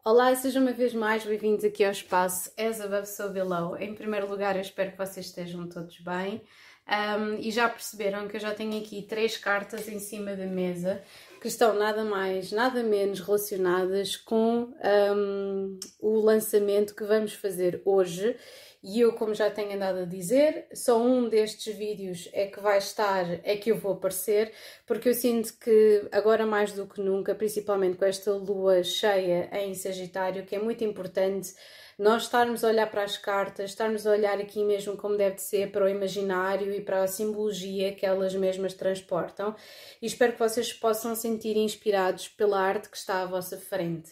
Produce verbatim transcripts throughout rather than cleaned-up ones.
Olá, sejam uma vez mais bem-vindos aqui ao espaço As Above So Below. Em primeiro lugar, eu espero que vocês estejam todos bem. Um, e já perceberam que eu já tenho aqui três cartas em cima da mesa que estão nada mais, nada menos relacionadas com um, o lançamento que vamos fazer hoje. E eu, como já tenho andado a dizer, só um destes vídeos é que vai estar, é que eu vou aparecer, porque eu sinto que agora mais do que nunca, principalmente com esta lua cheia em Sagitário, que é muito importante nós estarmos a olhar para as cartas, estarmos a olhar aqui mesmo como deve ser para o imaginário e para a simbologia que elas mesmas transportam. E espero que vocês possam sentir inspirados pela arte que está à vossa frente.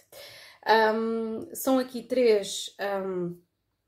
Um, são aqui três... Um,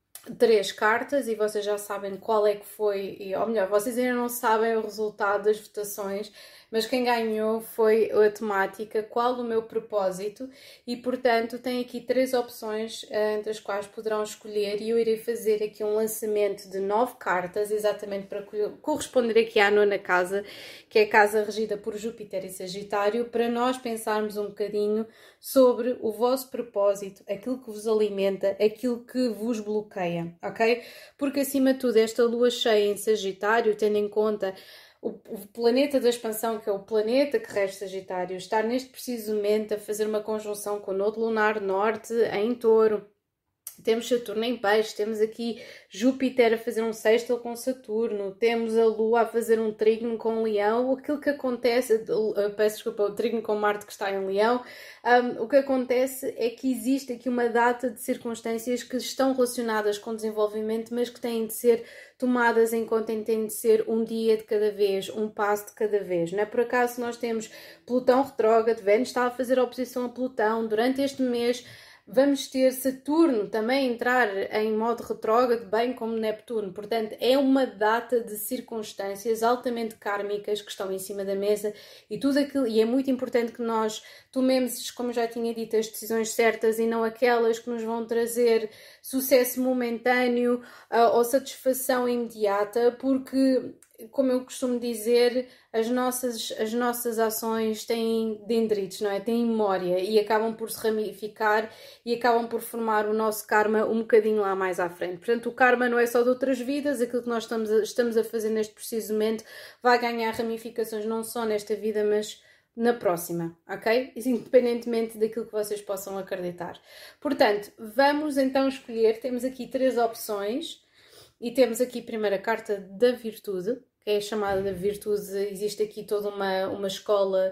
três cartas e vocês já sabem qual é que foi, ou melhor, vocês ainda não sabem o resultado das votações, mas quem ganhou foi a temática, qual o meu propósito, e portanto tem aqui três opções entre as quais poderão escolher e eu irei fazer aqui um lançamento de nove cartas, exatamente para corresponder aqui à nona casa, que é a casa regida por Júpiter e Sagitário, para nós pensarmos um bocadinho sobre o vosso propósito, aquilo que vos alimenta, aquilo que vos bloqueia, ok? Porque acima de tudo esta lua cheia em Sagitário, tendo em conta o, o planeta da expansão, que é o planeta que rege Sagitário, estar neste preciso momento a fazer uma conjunção com o Nodo Lunar Norte em Touro. Temos Saturno em Peixe, temos aqui Júpiter a fazer um sextil com Saturno, temos a Lua a fazer um trígono com Leão. Aquilo que acontece, peço desculpa, o trígono com Marte que está em Leão, um, o que acontece é que existe aqui uma data de circunstâncias que estão relacionadas com desenvolvimento, mas que têm de ser tomadas em conta e têm de ser um dia de cada vez, um passo de cada vez. Não é por acaso nós temos Plutão retrógrado, Vênus está a fazer oposição a Plutão durante este mês. Vamos ter Saturno também entrar em modo retrógrado, bem como Neptuno. Portanto, é uma data de circunstâncias altamente kármicas que estão em cima da mesa e tudo aquilo, e é muito importante que nós tomemos, como já tinha dito, as decisões certas e não aquelas que nos vão trazer sucesso momentâneo uh, ou satisfação imediata, porque, como eu costumo dizer, as nossas, as nossas ações têm dendritos, não é? Têm memória e acabam por se ramificar e acabam por formar o nosso karma um bocadinho lá mais à frente. Portanto, o karma não é só de outras vidas, aquilo que nós estamos a, estamos a fazer neste preciso momento vai ganhar ramificações não só nesta vida, mas na próxima, ok? Independentemente daquilo que vocês possam acreditar. Portanto, vamos então escolher, temos aqui três opções. E temos aqui a primeira carta da virtude, que é chamada de virtude. Existe aqui toda uma, uma escola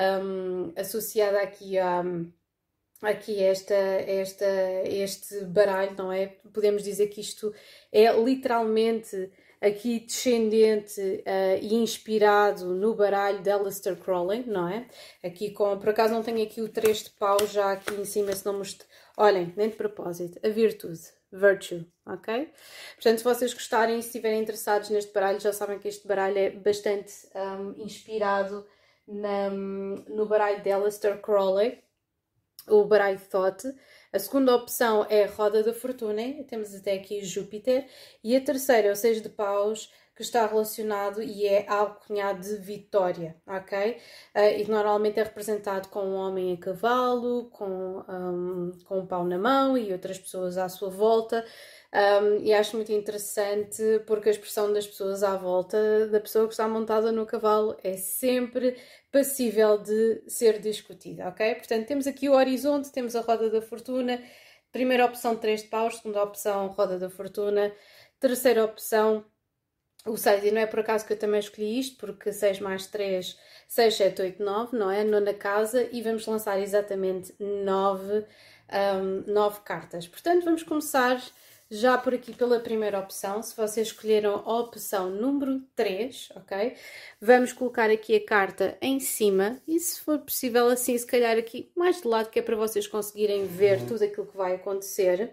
um, associada aqui a, aqui esta, esta, este baralho, não é? Podemos dizer que isto é literalmente aqui descendente uh, e inspirado no baralho de Aleister Crowley, não é? Aqui com, por acaso não tenho aqui o três de pau já aqui em cima, se não mostro. Olhem, nem de propósito, a virtude. Virtue, ok? Portanto, se vocês gostarem e se estiverem interessados neste baralho, já sabem que este baralho é bastante um, inspirado na, no baralho de Aleister Crowley, o baralho Thoth. A segunda opção é a roda da fortuna, temos até aqui Júpiter. E a terceira é o seis de paus, que está relacionado e é alcunhado de vitória, ok? Uh, e normalmente é representado com um homem a cavalo, com, um, com um pau na mão e outras pessoas à sua volta. Um, e acho muito interessante porque a expressão das pessoas à volta da pessoa que está montada no cavalo é sempre passível de ser discutida, ok? Portanto, temos aqui o horizonte, temos a roda da fortuna, primeira opção três de paus, segunda opção roda da fortuna, terceira opção o seis, e não é por acaso que eu também escolhi isto, porque seis mais três, seis, sete, oito, nove, não é? Nona casa, e vamos lançar exatamente nove, um, nove cartas. Portanto, vamos começar já por aqui pela primeira opção. Se vocês escolheram a opção número três, ok? Vamos colocar aqui a carta em cima, e se for possível assim, se calhar aqui mais de lado, que é para vocês conseguirem ver tudo aquilo que vai acontecer.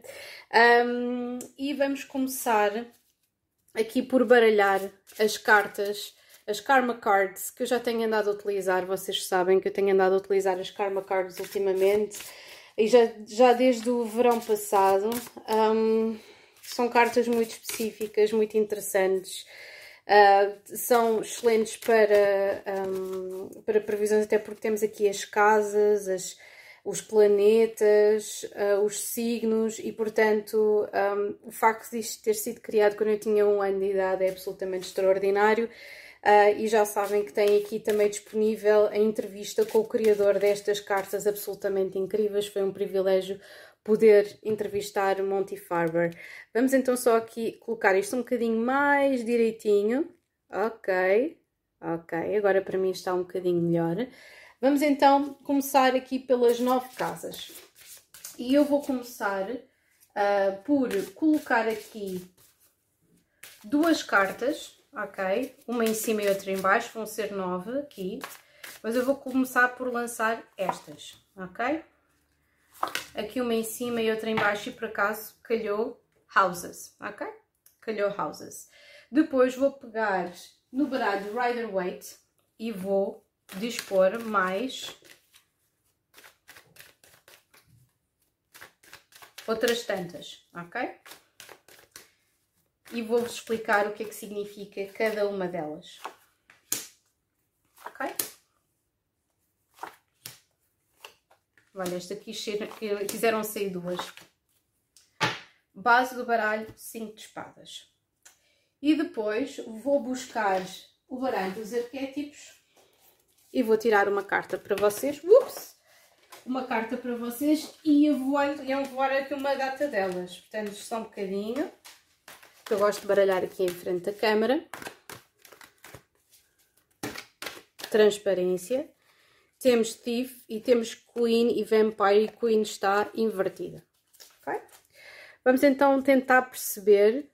Um, e vamos começar aqui por baralhar as cartas, as Karma Cards, que eu já tenho andado a utilizar. Vocês sabem que eu tenho andado a utilizar as Karma Cards ultimamente, e já, já desde o verão passado. Um, são cartas muito específicas, muito interessantes. Uh, são excelentes para, um, para previsões, até porque temos aqui as casas, as, os planetas, uh, os signos e, portanto, um, o facto disto ter sido criado quando eu tinha um ano de idade é absolutamente extraordinário. Uh, e já sabem que tem aqui também disponível a entrevista com o criador destas cartas absolutamente incríveis. Foi um privilégio poder entrevistar Monty Farber. Vamos então só aqui colocar isto um bocadinho mais direitinho. Ok, ok, agora para mim está um bocadinho melhor. Vamos então começar aqui pelas nove casas. E eu vou começar uh, por colocar aqui duas cartas. Ok, uma em cima e outra em baixo, vão ser nove aqui, mas eu vou começar por lançar estas, ok? Aqui uma em cima e outra em baixo e por acaso calhou houses, ok? Calhou houses. Depois vou pegar no baralho Rider-Waite e vou dispor mais outras tantas, ok? E vou-vos explicar o que é que significa cada uma delas. Ok? Olha, esta aqui quiseram sair duas. Base do baralho, cinco de espadas. E depois vou buscar o baralho dos arquétipos e vou tirar uma carta para vocês. Ups! Uma carta para vocês e eu vou, eu vou aqui uma data delas. Portanto, só um bocadinho. Eu gosto de baralhar aqui em frente da câmara. Transparência. Temos Thief e temos Queen e Vampire e Queen está invertida. Okay? Vamos então tentar perceber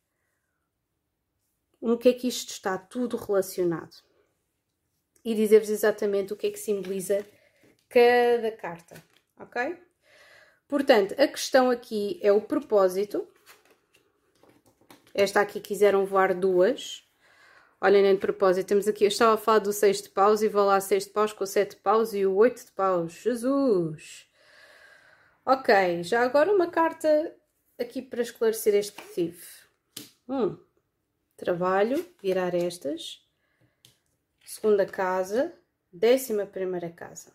no que é que isto está tudo relacionado. E dizer-vos exatamente o que é que simboliza cada carta. Ok? Portanto, a questão aqui é o propósito. Esta aqui quiseram voar duas. Olhem, nem de propósito, temos aqui, eu estava a falar do seis de paus e vou lá seis de paus com o sete de paus e o oito de paus. Jesus! Ok, já agora uma carta aqui para esclarecer este Thief. Hum, trabalho, virar estas. Segunda casa, décima primeira casa.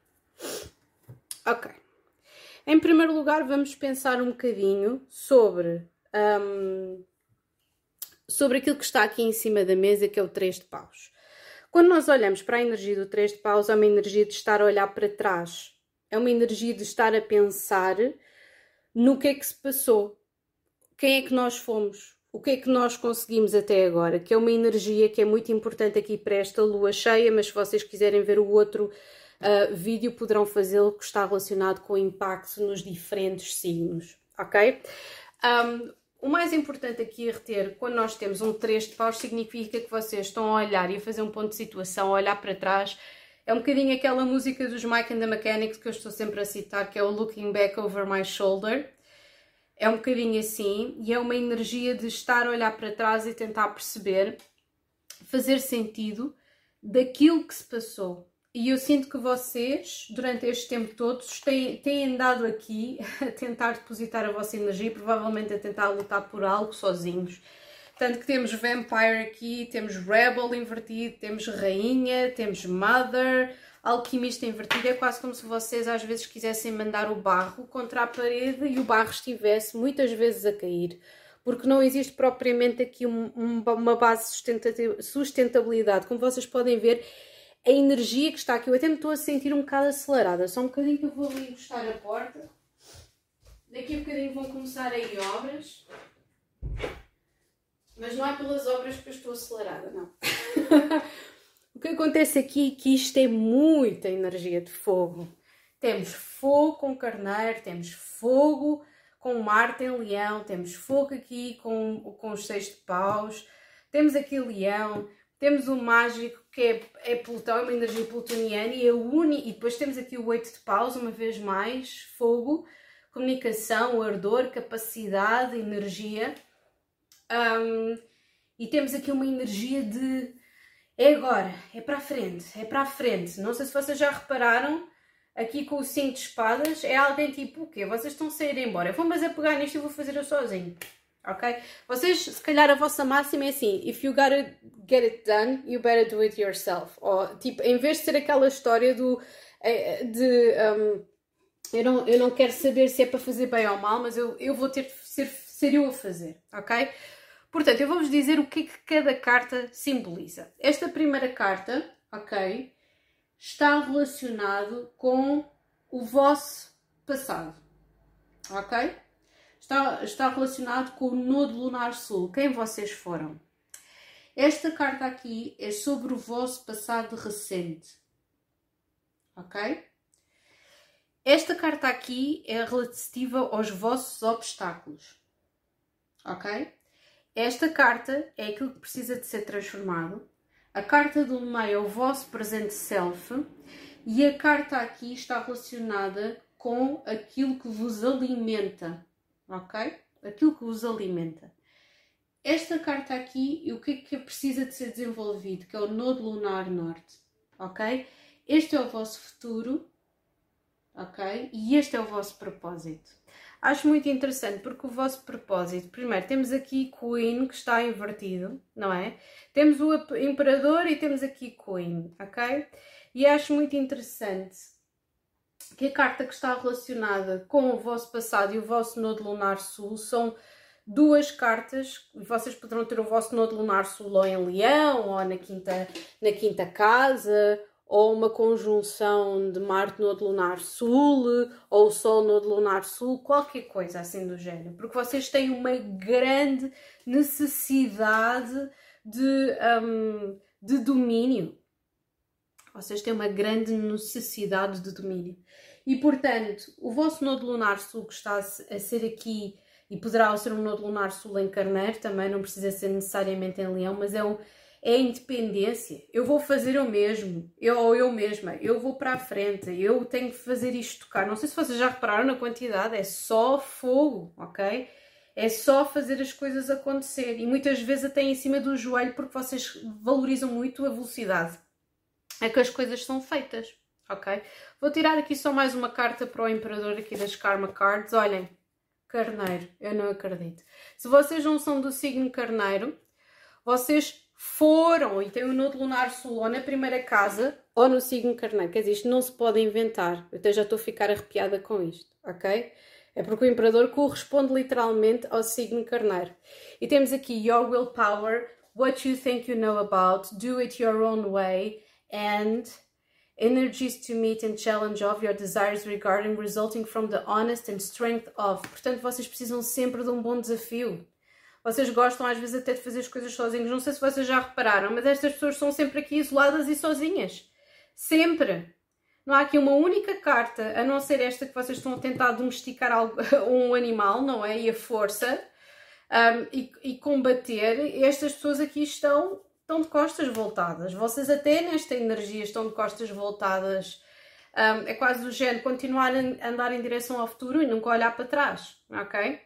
Ok. Em primeiro lugar, vamos pensar um bocadinho sobre... Um, sobre aquilo que está aqui em cima da mesa, que é o três de paus. Quando nós olhamos para a energia do três de paus, é uma energia de estar a olhar para trás. É uma energia de estar a pensar no que é que se passou. Quem é que nós fomos? O que é que nós conseguimos até agora? Que é uma energia que é muito importante aqui para esta lua cheia, mas se vocês quiserem ver o outro uh, vídeo, poderão fazê-lo, que está relacionado com o impacto nos diferentes signos. Ok? Um, O mais importante aqui a reter, quando nós temos um três de paus, significa que vocês estão a olhar e a fazer um ponto de situação, a olhar para trás. É um bocadinho aquela música dos Mike and the Mechanics que eu estou sempre a citar, que é o Looking Back Over My Shoulder. É um bocadinho assim, e é uma energia de estar a olhar para trás e tentar perceber, fazer sentido daquilo que se passou. E eu sinto que vocês, durante este tempo todo, têm, têm andado aqui a tentar depositar a vossa energia, provavelmente a tentar lutar por algo sozinhos. Tanto que temos Vampire aqui, temos Rebel invertido, temos Rainha, temos Mother, Alquimista invertido. É quase como se vocês às vezes quisessem mandar o barro contra a parede e o barro estivesse muitas vezes a cair. Porque não existe propriamente aqui um, um, uma base de sustentabilidade. Como vocês podem ver, a energia que está aqui, eu até me estou a sentir um bocado acelerada. Só um bocadinho que eu vou ali encostar a porta. Daqui a bocadinho vão começar aí obras. Mas não é pelas obras que eu estou acelerada, não. O que acontece aqui é que isto é muita energia de fogo. Temos fogo com carneiro, temos fogo com Marte em Leão, temos fogo aqui com, com os seis de paus, temos aqui Leão, temos o mágico que é, é Plutão, é uma energia plutoniana e, é uni, e depois temos aqui o oito de paus, uma vez mais, fogo, comunicação, ardor, capacidade, energia. Um, e temos aqui uma energia de é agora, é para a frente, é para a frente. Não sei se vocês já repararam, aqui com o cinco de espadas, é alguém tipo, o quê? Vocês estão a sair embora. Eu vou mas a pegar nisto e vou fazer eu sozinho. Ok? Vocês, se calhar a vossa máxima é assim, if you gotta get it done, you better do it yourself. Ou, tipo, em vez de ser aquela história do, de... Um, Eu não, eu não quero saber se é para fazer bem ou mal, mas eu, eu vou ter de ser, ser eu a fazer, ok? Portanto, eu vou-vos dizer o que é que cada carta simboliza. Esta primeira carta, ok, está relacionado com o vosso passado, ok? Está, está relacionado com o nodo lunar sul, quem vocês foram. Esta carta aqui é sobre o vosso passado recente, ok? Esta carta aqui é relativa aos vossos obstáculos, ok? Esta carta é aquilo que precisa de ser transformado. A carta do meio é o vosso presente self e a carta aqui está relacionada com aquilo que vos alimenta, ok? Aquilo que vos alimenta. Esta carta aqui, o que é que precisa de ser desenvolvido? Que é o nodo lunar norte, ok? Este é o vosso futuro. Ok? E este é o vosso propósito. Acho muito interessante porque o vosso propósito, primeiro temos aqui Queen que está invertido, não é? Temos o Imperador e temos aqui Queen, ok? E acho muito interessante que a carta que está relacionada com o vosso passado e o vosso nodo lunar sul são duas cartas. Vocês poderão ter o vosso nodo lunar sul ou em Leão ou na quinta, na quinta casa, ou uma conjunção de Marte no nodo lunar sul, ou o Sol no nodo lunar sul, qualquer coisa assim do género. Porque vocês têm uma grande necessidade de, um, de domínio. Vocês têm uma grande necessidade de domínio. E, portanto, o vosso nodo lunar sul que está a ser aqui, e poderá ser um nodo lunar sul em Carneiro, também não precisa ser necessariamente em Leão, mas é um... é a independência. Eu vou fazer eu mesmo, eu ou eu mesma, eu vou para a frente, eu tenho que fazer isto tocar. Não sei se vocês já repararam na quantidade, é só fogo, ok? É só fazer as coisas acontecer. E muitas vezes até em cima do joelho, porque vocês valorizam muito a velocidade a que as coisas são feitas, ok? Vou tirar aqui só mais uma carta para o Imperador aqui das Karma Cards. Olhem, Carneiro, eu não acredito. Se vocês não são do signo Carneiro, vocês foram e têm o nodo lunar sul ou na primeira casa ou no signo Carneiro. Quer dizer, isto não se pode inventar. Eu até já estou a ficar arrepiada com isto, ok? É porque o Imperador corresponde literalmente ao signo Carneiro. E temos aqui Your Willpower, What You Think You Know About, Do It Your Own Way, and Energies to Meet and Challenge of Your Desires Regarding Resulting from the Honest and Strength of. Portanto, vocês precisam sempre de um bom desafio. Vocês gostam às vezes até de fazer as coisas sozinhos. Não sei se vocês já repararam, mas estas pessoas são sempre aqui isoladas e sozinhas. Sempre. Não há aqui uma única carta, a não ser esta que vocês estão a tentar domesticar algo, um animal, não é? E a força. Um, e, e combater. Estas pessoas aqui estão, estão de costas voltadas. Vocês até nesta energia estão de costas voltadas. Um, é quase do género continuar a andar em direção ao futuro e nunca olhar para trás. Ok?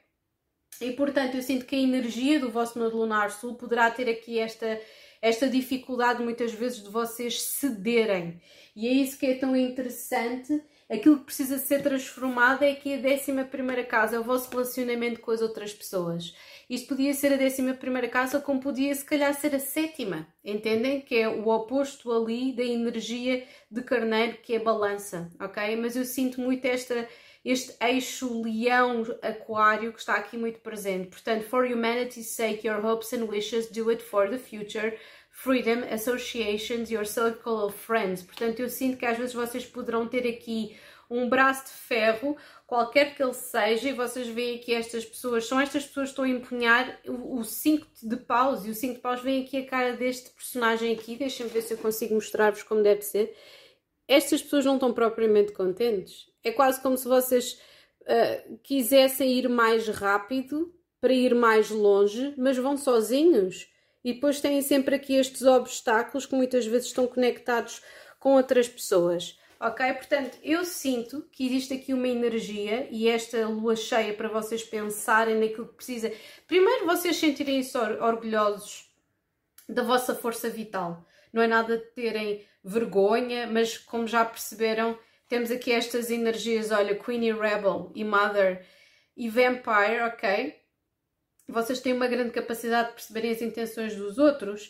E, portanto, eu sinto que a energia do vosso nodo lunar sul poderá ter aqui esta, esta dificuldade, muitas vezes, de vocês cederem. E é isso que é tão interessante. Aquilo que precisa ser transformado é que a décima primeira casa é o vosso relacionamento com as outras pessoas. Isto podia ser a décima primeira casa, como podia, se calhar, ser a sétima. Entendem? Que é o oposto ali da energia de Carneiro, que é a balança, ok? Mas eu sinto muito esta... este eixo leão-aquário que está aqui muito presente. Portanto, for humanity's sake, your hopes and wishes, do it for the future, freedom, associations, your circle of friends. Portanto, eu sinto que às vezes vocês poderão ter aqui um braço de ferro, qualquer que ele seja, e vocês veem aqui estas pessoas, são estas pessoas que estão a empunhar o cinco de paus, e o cinco de paus vem aqui a cara deste personagem aqui. Deixem-me ver se eu consigo mostrar-vos como deve ser. Estas pessoas não estão propriamente contentes. É quase como se vocês uh, quisessem ir mais rápido para ir mais longe, mas vão sozinhos. E depois têm sempre aqui estes obstáculos que muitas vezes estão conectados com outras pessoas. Ok? Portanto, eu sinto que existe aqui uma energia e esta lua cheia para vocês pensarem naquilo que precisa. Primeiro, vocês sentirem-se orgulhosos da vossa força vital. Não é nada de terem vergonha, mas como já perceberam, temos aqui estas energias, olha, Queenie Rebel e Mother e Vampire, ok? Vocês têm uma grande capacidade de perceberem as intenções dos outros,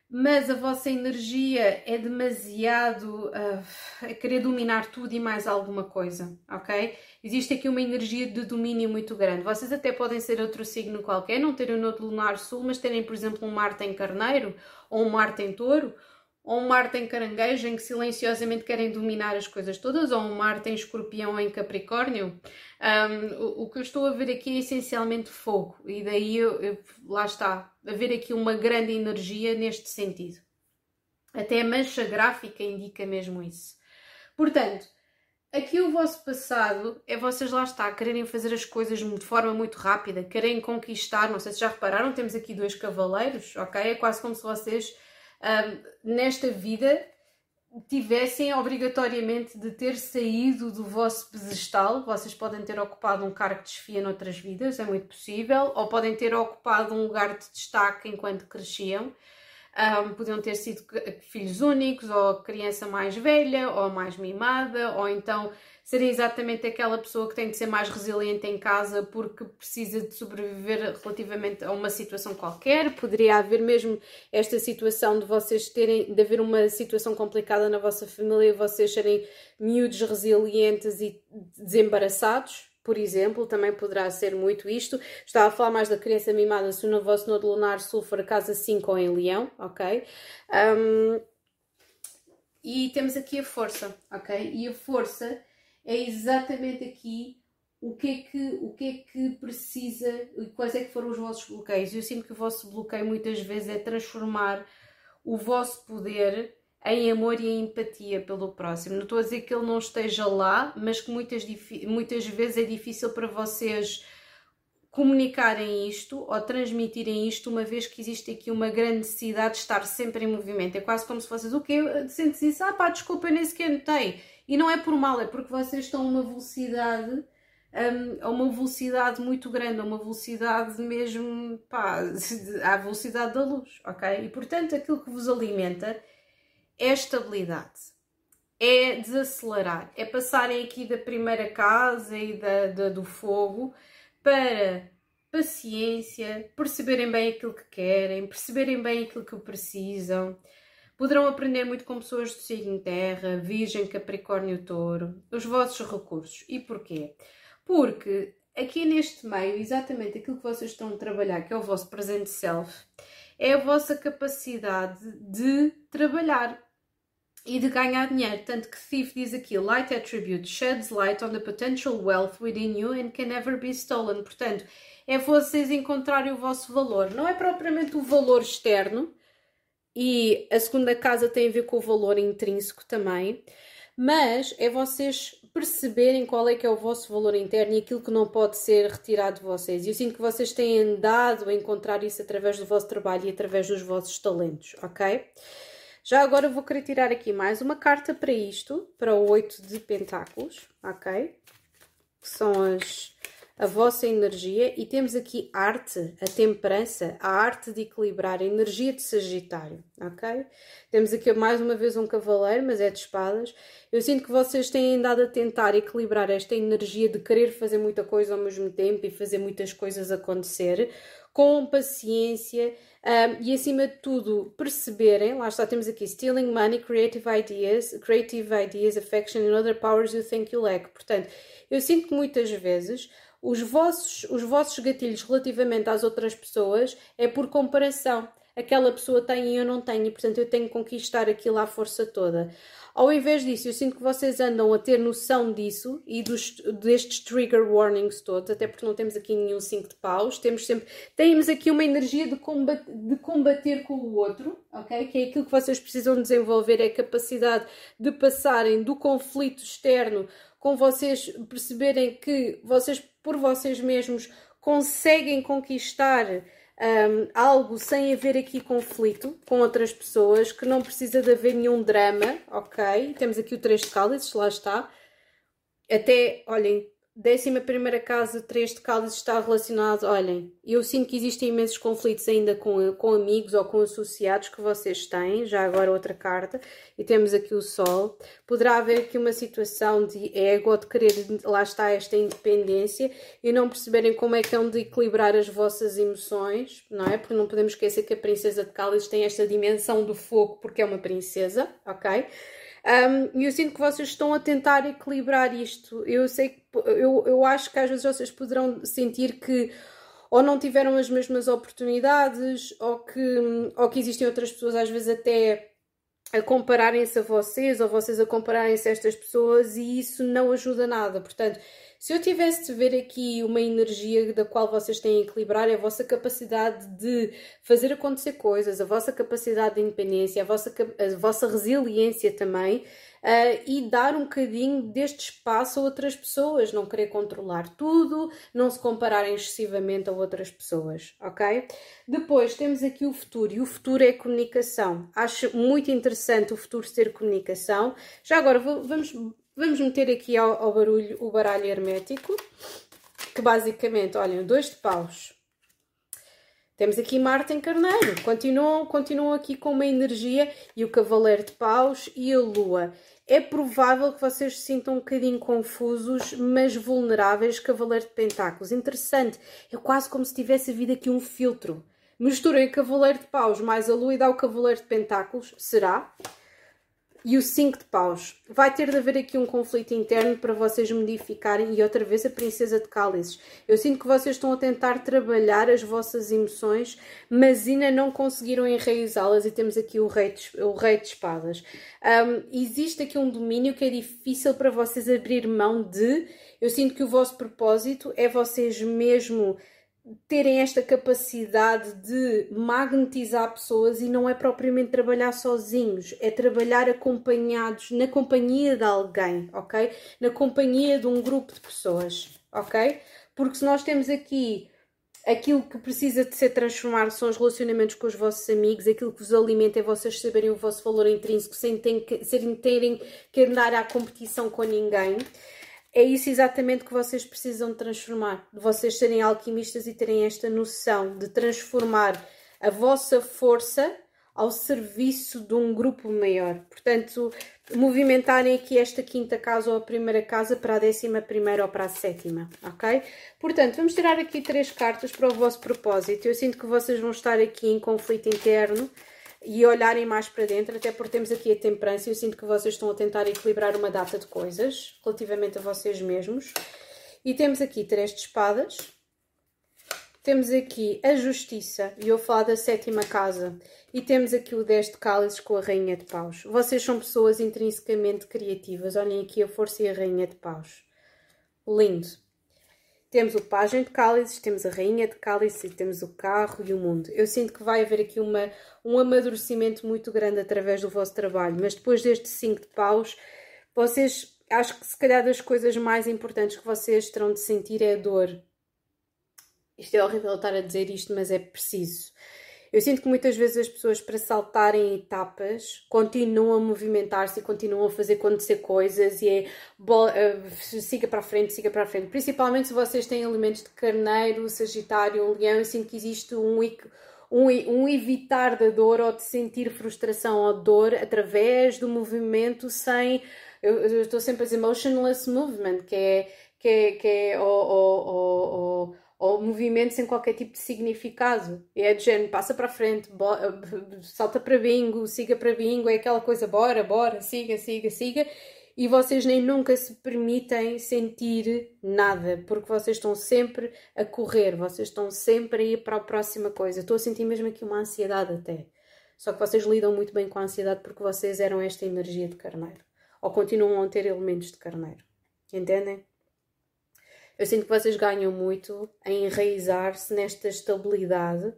mas a vossa energia é demasiado uh, a querer dominar tudo e mais alguma coisa, ok? Existe aqui uma energia de domínio muito grande. Vocês até podem ser outro signo qualquer, não terem o nodo lunar sul, mas terem, por exemplo, um Marte em Carneiro, ou um Marte em Touro, ou um Marte em Caranguejo, em que silenciosamente querem dominar as coisas todas, ou um Marte em Escorpião ou em Capricórnio. Um, o, o que eu estou a ver aqui é essencialmente fogo, e daí eu, eu, lá está, a ver aqui uma grande energia neste sentido. Até a mancha gráfica indica mesmo isso. Portanto, aqui o vosso passado é vocês lá está, quererem fazer as coisas de forma muito rápida, querem conquistar, não sei se já repararam, temos aqui dois cavaleiros, ok? É quase como se vocês um, nesta vida tivessem obrigatoriamente de ter saído do vosso pedestal. Vocês podem ter ocupado um cargo de chefia noutras vidas, é muito possível, ou podem ter ocupado um lugar de destaque enquanto cresciam. Um, podiam ter sido filhos únicos, ou criança mais velha, ou mais mimada, ou então serem exatamente aquela pessoa que tem de ser mais resiliente em casa porque precisa de sobreviver relativamente a uma situação qualquer. Poderia haver mesmo esta situação de vocês terem, de haver uma situação complicada na vossa família e vocês serem miúdos resilientes e desembaraçados. Por exemplo, também poderá ser muito isto. Estava a falar mais da criança mimada se no vosso nodo lunar sul for casa cinco ou em Leão, ok? Um, e temos aqui a força, ok? E a força é exatamente aqui o que é que, o que, é que precisa e quais é que foram os vossos bloqueios. Eu sinto que o vosso bloqueio muitas vezes é transformar o vosso poder em amor e em empatia pelo próximo. Não estou a dizer que ele não esteja lá, mas que muitas, muitas vezes é difícil para vocês comunicarem isto ou transmitirem isto, uma vez que existe aqui uma grande necessidade de estar sempre em movimento. É quase como se vocês, o quê? Sentes isso? Ah pá, desculpa, eu nem sequer notei. E não é por mal, é porque vocês estão a uma velocidade, um, a uma velocidade muito grande, a uma velocidade mesmo, pá, à velocidade da luz, ok? E portanto aquilo que vos alimenta é estabilidade, é desacelerar, é passarem aqui da primeira casa e da, da, do fogo para paciência, perceberem bem aquilo que querem, perceberem bem aquilo que precisam. Poderão aprender muito com pessoas do signo Terra, Virgem, Capricórnio, Touro, os vossos recursos. E porquê? Porque aqui neste meio, exatamente aquilo que vocês estão a trabalhar, que é o vosso presente self, é a vossa capacidade de trabalhar e de ganhar dinheiro. Tanto que Thief diz aqui, Light Attribute sheds light on the potential wealth within you and can never be stolen. Portanto, é vocês encontrarem o vosso valor. Não é propriamente o valor externo, e a segunda casa tem a ver com o valor intrínseco também, mas é vocês perceberem qual é que é o vosso valor interno e aquilo que não pode ser retirado de vocês. E eu sinto que vocês têm andado a encontrar isso através do vosso trabalho e através dos vossos talentos, ok? Já agora vou querer tirar aqui mais uma carta para isto, para o oito de pentáculos, ok? Que são as, a vossa energia. E temos aqui arte, a temperança, a arte de equilibrar, a energia de Sagitário, ok? Temos aqui mais uma vez um cavaleiro, mas é de espadas. Eu sinto que vocês têm andado a tentar equilibrar esta energia de querer fazer muita coisa ao mesmo tempo e fazer muitas coisas acontecer, com paciência, um, e acima de tudo perceberem, lá está, temos aqui stealing money, creative ideas, creative ideas, affection and other powers you think you lack. Portanto, eu sinto que muitas vezes os vossos, os vossos gatilhos relativamente às outras pessoas é por comparação. Aquela pessoa tem e eu não tenho, e portanto eu tenho que conquistar aquilo à força toda. Ao invés disso, eu sinto que vocês andam a ter noção disso e dos, destes trigger warnings todos, até porque não temos aqui nenhum cinco de paus, temos sempre, temos aqui uma energia de combater, de combater com o outro, ok? Que é aquilo que vocês precisam desenvolver, é a capacidade de passarem do conflito externo, com vocês perceberem que vocês, por vocês mesmos, conseguem conquistar Um, algo sem haver aqui conflito com outras pessoas, que não precisa de haver nenhum drama, ok? Temos aqui o três de cálices, lá está. Até, olhem, décima primeira casa, três de cálices, está relacionado, olhem, eu sinto que existem imensos conflitos ainda com, com amigos ou com associados que vocês têm, já agora outra carta, e temos aqui o Sol. Poderá haver aqui uma situação de ego ou de querer, lá está, esta independência e não perceberem como é que hão de equilibrar as vossas emoções, não é? Porque não podemos esquecer que a princesa de cálices tem esta dimensão do fogo porque é uma princesa, ok? E um, eu sinto que vocês estão a tentar equilibrar isto. Eu sei que, eu, eu acho que às vezes vocês poderão sentir que ou não tiveram as mesmas oportunidades, ou que, ou que existem outras pessoas às vezes até a compararem-se a vocês, ou vocês a compararem-se a estas pessoas, e isso não ajuda nada. Portanto, se eu tivesse de ver aqui uma energia da qual vocês têm a equilibrar, é a vossa capacidade de fazer acontecer coisas, a vossa capacidade de independência, a vossa, a vossa resiliência também, uh, e dar um bocadinho deste espaço a outras pessoas, não querer controlar tudo, não se compararem excessivamente a outras pessoas, ok? Depois temos aqui o futuro, e o futuro é comunicação. Acho muito interessante o futuro ser comunicação. Já agora vamos... Vamos meter aqui ao, ao barulho o baralho hermético, que basicamente, olhem, dois de paus. Temos aqui Marte em Carneiro, continuam, continuam aqui com uma energia, e o Cavaleiro de Paus e a Lua. É provável que vocês se sintam um bocadinho confusos, mas vulneráveis. Cavaleiro de Pentáculos, interessante, é quase como se tivesse havido aqui um filtro. Misturem o Cavaleiro de Paus mais a Lua e dá o Cavaleiro de Pentáculos, será? E o cinco de paus. Vai ter de haver aqui um conflito interno para vocês modificarem. E outra vez a princesa de cálices. Eu sinto que vocês estão a tentar trabalhar as vossas emoções, mas ainda não conseguiram enraizá-las. E temos aqui o rei de, o rei de espadas. Um, existe aqui um domínio que é difícil para vocês abrir mão de. Eu sinto que o vosso propósito é vocês mesmo terem esta capacidade de magnetizar pessoas, e não é propriamente trabalhar sozinhos, é trabalhar acompanhados, na companhia de alguém, ok? Na companhia de um grupo de pessoas, ok? Porque se nós temos aqui aquilo que precisa de ser transformado são os relacionamentos com os vossos amigos, aquilo que vos alimenta é vocês saberem o vosso valor intrínseco sem terem que andar à competição com ninguém. É isso exatamente que vocês precisam de transformar, de vocês serem alquimistas e terem esta noção de transformar a vossa força ao serviço de um grupo maior. Portanto, movimentarem aqui esta quinta casa ou a primeira casa para a décima primeira ou para a sétima, ok? Portanto, vamos tirar aqui três cartas para o vosso propósito. Eu sinto que vocês vão estar aqui em conflito interno e olharem mais para dentro, até porque temos aqui a temperança. Eu sinto que vocês estão a tentar equilibrar uma data de coisas relativamente a vocês mesmos. E temos aqui três de espadas, temos aqui a justiça, e eu falo da sétima casa, e temos aqui o dez de cálices com a rainha de paus. Vocês são pessoas intrinsecamente criativas, olhem aqui a força e a rainha de paus. Lindo! Temos o pajem de cálices, temos a rainha de cálices e temos o carro e o mundo. Eu sinto que vai haver aqui uma, um amadurecimento muito grande através do vosso trabalho, mas depois deste cinco de paus, vocês, acho que se calhar das coisas mais importantes que vocês terão de sentir é a dor. Isto é horrível estar a dizer isto, mas é preciso. Eu sinto que muitas vezes as pessoas, para saltarem etapas, continuam a movimentar-se e continuam a fazer acontecer coisas, e é uh, siga para a frente, siga para a frente. Principalmente se vocês têm elementos de carneiro, sagitário, um leão, eu sinto que existe um, um, um evitar da dor ou de sentir frustração ou dor através do movimento sem... Eu, eu estou sempre a dizer motionless movement, que é... Que é, que é o... o, o, o ou movimento sem qualquer tipo de significado. É de género, passa para a frente, salta para bingo, siga para bingo, é aquela coisa, bora, bora, siga, siga, siga, e vocês nem nunca se permitem sentir nada, porque vocês estão sempre a correr, vocês estão sempre a ir para a próxima coisa. Estou a sentir mesmo aqui uma ansiedade até. Só que vocês lidam muito bem com a ansiedade porque vocês eram esta energia de carneiro, ou continuam a ter elementos de carneiro. Entendem? Eu sinto que vocês ganham muito em enraizar-se nesta estabilidade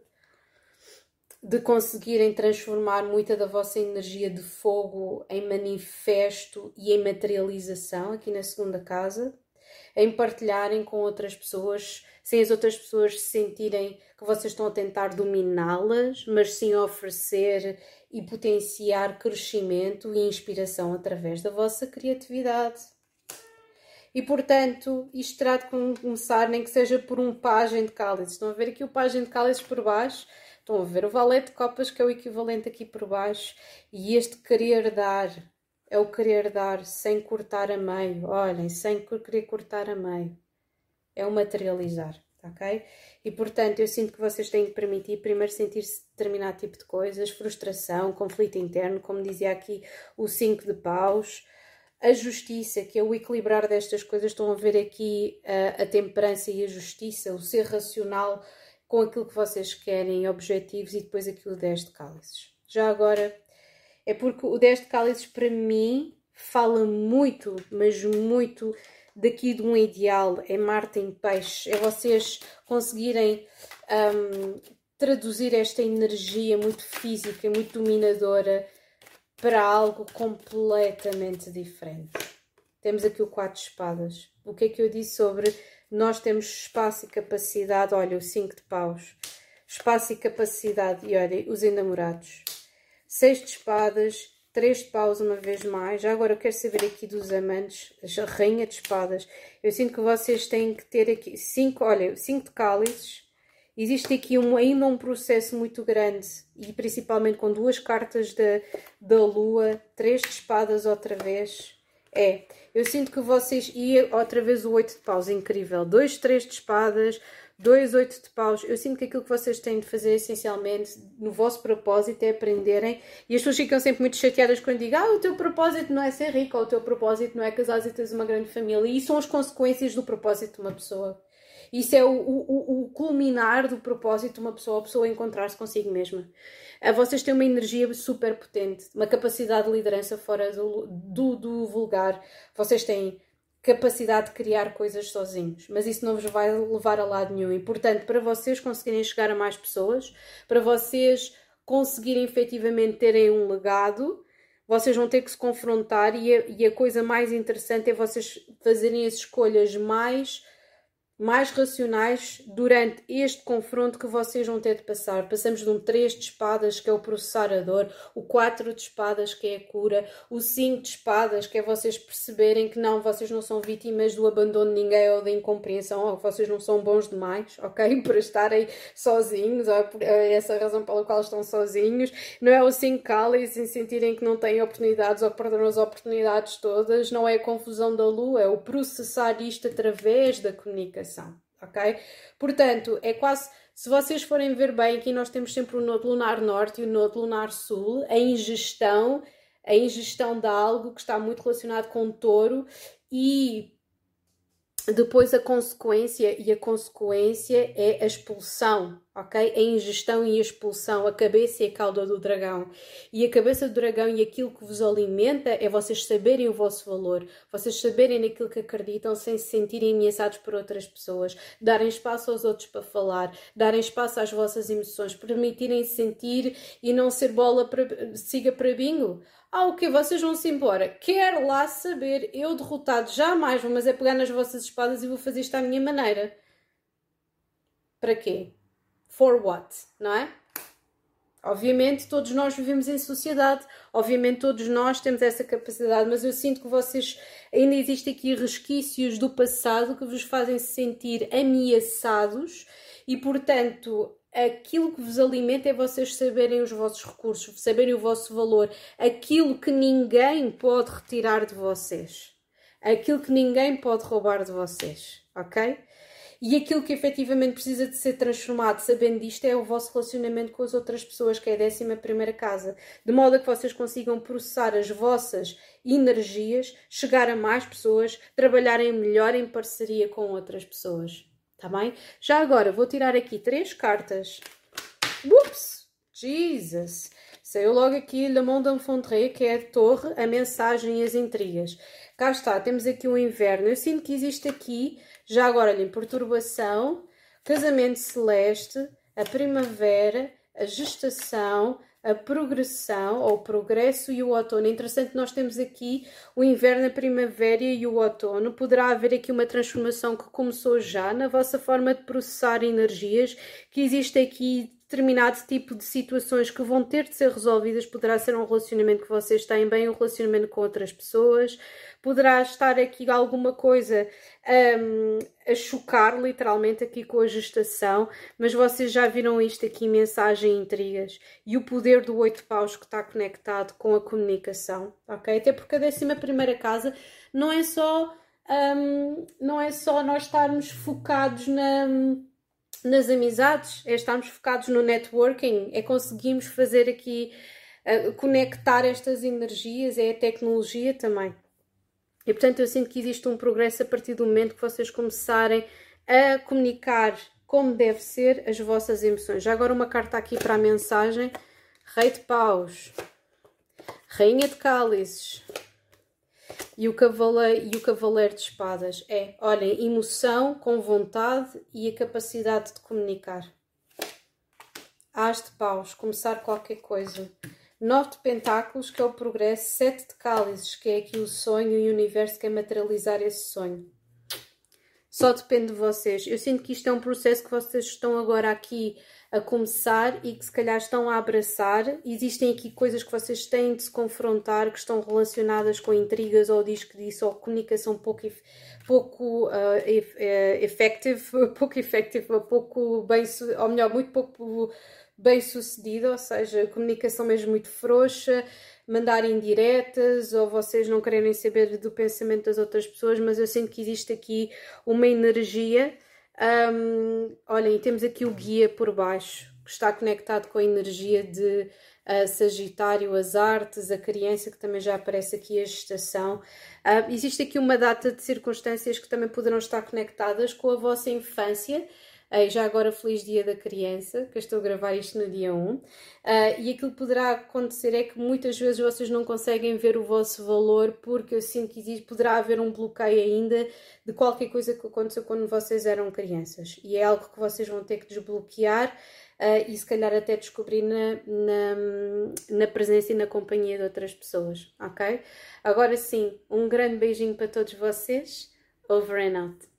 de conseguirem transformar muita da vossa energia de fogo em manifesto e em materialização aqui na segunda casa, em partilharem com outras pessoas, sem as outras pessoas sentirem que vocês estão a tentar dominá-las, mas sim oferecer e potenciar crescimento e inspiração através da vossa criatividade. E, portanto, isto terá de começar, nem que seja por um pajem de cálices. Estão a ver aqui o pajem de cálices por baixo? Estão a ver o valete de copas, que é o equivalente aqui por baixo. E este querer dar, é o querer dar sem cortar a meio. Olhem, sem querer cortar a meio. É o materializar, ok? E, portanto, eu sinto que vocês têm que permitir primeiro sentir-se determinado tipo de coisas, frustração, conflito interno, como dizia aqui o cinco de paus. A justiça, que é o equilibrar destas coisas. Estão a ver aqui a, a temperança e a justiça, o ser racional com aquilo que vocês querem, objetivos, e depois aqui o dez de cálices. Já agora, é porque o dez de cálices para mim fala muito, mas muito daqui de um ideal, é Marte em peixe, é vocês conseguirem um, traduzir esta energia muito física, muito dominadora, para algo completamente diferente. Temos aqui o quatro de espadas. O que é que eu disse sobre nós temos espaço e capacidade? Olha, o cinco de paus. Espaço e capacidade. E olha, os enamorados. seis de espadas, três de paus uma vez mais. Já agora eu quero saber aqui dos amantes. A rainha de espadas. Eu sinto que vocês têm que ter aqui cinco, olha, cinco de cálices. Existe aqui um, ainda um processo muito grande, e principalmente com duas cartas da, da lua, três de espadas outra vez. É, eu sinto que vocês, e outra vez o oito de paus, incrível. Dois, três de espadas, dois, oito de paus. Eu sinto que aquilo que vocês têm de fazer essencialmente no vosso propósito é aprenderem, e as pessoas ficam sempre muito chateadas quando digo, ah, o teu propósito não é ser rico, ou o teu propósito não é casares e teres uma grande família. E isso são as consequências do propósito de uma pessoa. Isso é o, o, o culminar do propósito de uma pessoa, a pessoa encontrar-se consigo mesma. Vocês têm uma energia super potente, uma capacidade de liderança fora do, do, do vulgar. Vocês têm capacidade de criar coisas sozinhos, mas isso não vos vai levar a lado nenhum. E, portanto, para vocês conseguirem chegar a mais pessoas, para vocês conseguirem efetivamente terem um legado, vocês vão ter que se confrontar, e a, e a coisa mais interessante é vocês fazerem as escolhas mais... mais racionais durante este confronto que vocês vão ter de passar. Passamos de um três de espadas, que é o processar a dor, o quatro de espadas, que é a cura, o cinco de espadas, que é vocês perceberem que não, vocês não são vítimas do abandono de ninguém ou da incompreensão, ou que vocês não são bons demais, ok? Para estarem sozinhos, ou por essa razão pela qual estão sozinhos. Não é o cinco cálices em sentirem que não têm oportunidades ou que perderam as oportunidades todas. Não é a confusão da lua, é o processar isto através da comunicação. Ok? Portanto, é quase, se vocês forem ver bem, aqui nós temos sempre o nodo lunar norte e o nodo lunar sul, a ingestão, a ingestão de algo que está muito relacionado com o touro, e depois a consequência, e a consequência é a expulsão, ok? A ingestão e a expulsão, a cabeça e a cauda do dragão. E a cabeça do dragão e aquilo que vos alimenta é vocês saberem o vosso valor, vocês saberem naquilo que acreditam sem se sentirem ameaçados por outras pessoas, darem espaço aos outros para falar, darem espaço às vossas emoções, permitirem sentir e não ser bola para, siga para bingo. Ah, o que? Vocês vão-se embora. Quero lá saber, eu derrotado jamais vou, mas é pegar nas vossas espadas e vou fazer isto à minha maneira. Para quê? For what? Não é? Obviamente todos nós vivemos em sociedade, obviamente todos nós temos essa capacidade, mas eu sinto que vocês, ainda existem aqui resquícios do passado que vos fazem se sentir ameaçados, e portanto aquilo que vos alimenta é vocês saberem os vossos recursos, saberem o vosso valor, aquilo que ninguém pode retirar de vocês, aquilo que ninguém pode roubar de vocês, ok? E aquilo que efetivamente precisa de ser transformado, sabendo disto, é o vosso relacionamento com as outras pessoas, que é a décima primeira casa. De modo a que vocês consigam processar as vossas energias, chegar a mais pessoas, trabalharem melhor em parceria com outras pessoas. Tá bem? Já agora vou tirar aqui três cartas. Ups! Jesus! Saiu logo aqui Le Monde Enfondré, que é a torre, a mensagem e as intrigas. Cá está, temos aqui o inverno. Eu sinto que existe aqui, já agora, olhem, perturbação, casamento celeste, a primavera, a gestação, a progressão ou o progresso e o outono. É interessante, nós temos aqui o inverno, a primavera e o outono. Poderá haver aqui uma transformação que começou já na vossa forma de processar energias, que existe aqui determinado tipo de situações que vão ter de ser resolvidas. Poderá ser um relacionamento que vocês têm bem, um relacionamento com outras pessoas. Poderá estar aqui alguma coisa um, a chocar, literalmente, aqui com a gestação, mas vocês já viram isto aqui, mensagem e intrigas, e o poder do oito paus que está conectado com a comunicação, ok? Até porque a décima primeira casa não é só, um, não é só nós estarmos focados na... nas amizades, é estarmos focados no networking, é conseguirmos fazer aqui, uh, conectar estas energias, é a tecnologia também. E portanto eu sinto que existe um progresso a partir do momento que vocês começarem a comunicar como deve ser as vossas emoções. Já agora uma carta aqui para a mensagem. Rei de paus, rainha de cálices e o cavaleiro, e o cavaleiro de espadas. É, olhem, emoção com vontade e a capacidade de comunicar. As de paus, começar qualquer coisa. Nove de pentáculos, que é o progresso. Sete de cálices, que é aqui o sonho e o universo que é materializar esse sonho. Só depende de vocês. Eu sinto que isto é um processo que vocês estão agora aqui a começar e que se calhar estão a abraçar. Existem aqui coisas que vocês têm de se confrontar, que estão relacionadas com intrigas ou diz que disse, ou comunicação pouco, pouco uh, effective, pouco effective, pouco bem, ou melhor, muito pouco bem sucedida, ou seja, comunicação mesmo muito frouxa, mandar indiretas, ou vocês não quererem saber do pensamento das outras pessoas, mas eu sinto que existe aqui uma energia. Um, olhem, temos aqui o guia por baixo, que está conectado com a energia de uh, Sagitário, as artes, a criança, que também já aparece aqui, a gestação. Uh, existe aqui uma data de circunstâncias que também poderão estar conectadas com a vossa infância. Uh, já agora, feliz dia da criança, que eu estou a gravar isto no dia um. Uh, e aquilo que poderá acontecer é que muitas vezes vocês não conseguem ver o vosso valor, porque eu sinto que existe, poderá haver um bloqueio ainda de qualquer coisa que aconteceu quando vocês eram crianças. E é algo que vocês vão ter que desbloquear uh, e se calhar até descobrir na, na, na presença e na companhia de outras pessoas, ok? Agora sim, um grande beijinho para todos vocês. Over and out.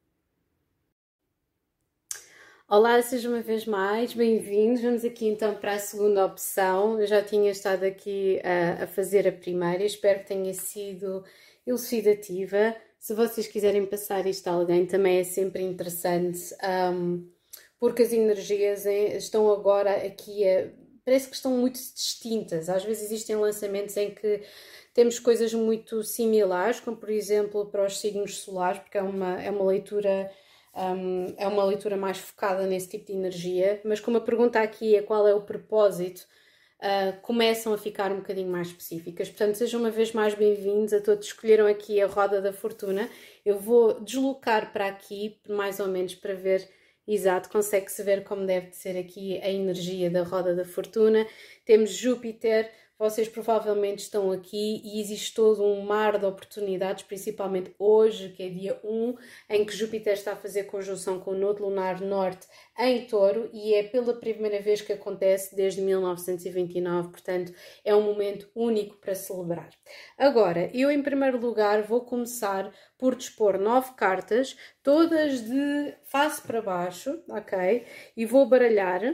Olá, sejam uma vez mais bem-vindos. Vamos aqui então para a segunda opção. Eu já tinha estado aqui a, a fazer a primeira, espero que tenha sido elucidativa. Se vocês quiserem passar isto a alguém, também é sempre interessante, um, porque as energias estão agora aqui, a, parece que estão muito distintas. Às vezes existem lançamentos em que temos coisas muito similares, como por exemplo para os signos solares, porque é uma, é uma leitura... Um, é uma leitura mais focada nesse tipo de energia, mas como a pergunta aqui é qual é o propósito, uh, começam a ficar um bocadinho mais específicas. Portanto, sejam uma vez mais bem-vindos a todos que escolheram aqui a Roda da Fortuna. Eu vou deslocar para aqui, mais ou menos, para ver, exato, consegue-se ver como deve ser aqui a energia da Roda da Fortuna. Temos Júpiter. Vocês provavelmente estão aqui e existe todo um mar de oportunidades, principalmente hoje, que é dia um, em que Júpiter está a fazer conjunção com o Nodo Lunar Norte em Touro e é pela primeira vez que acontece desde mil novecentos e vinte e nove, portanto é um momento único para celebrar. Agora, eu em primeiro lugar vou começar por dispor nove cartas, todas de face para baixo, ok? E vou baralhar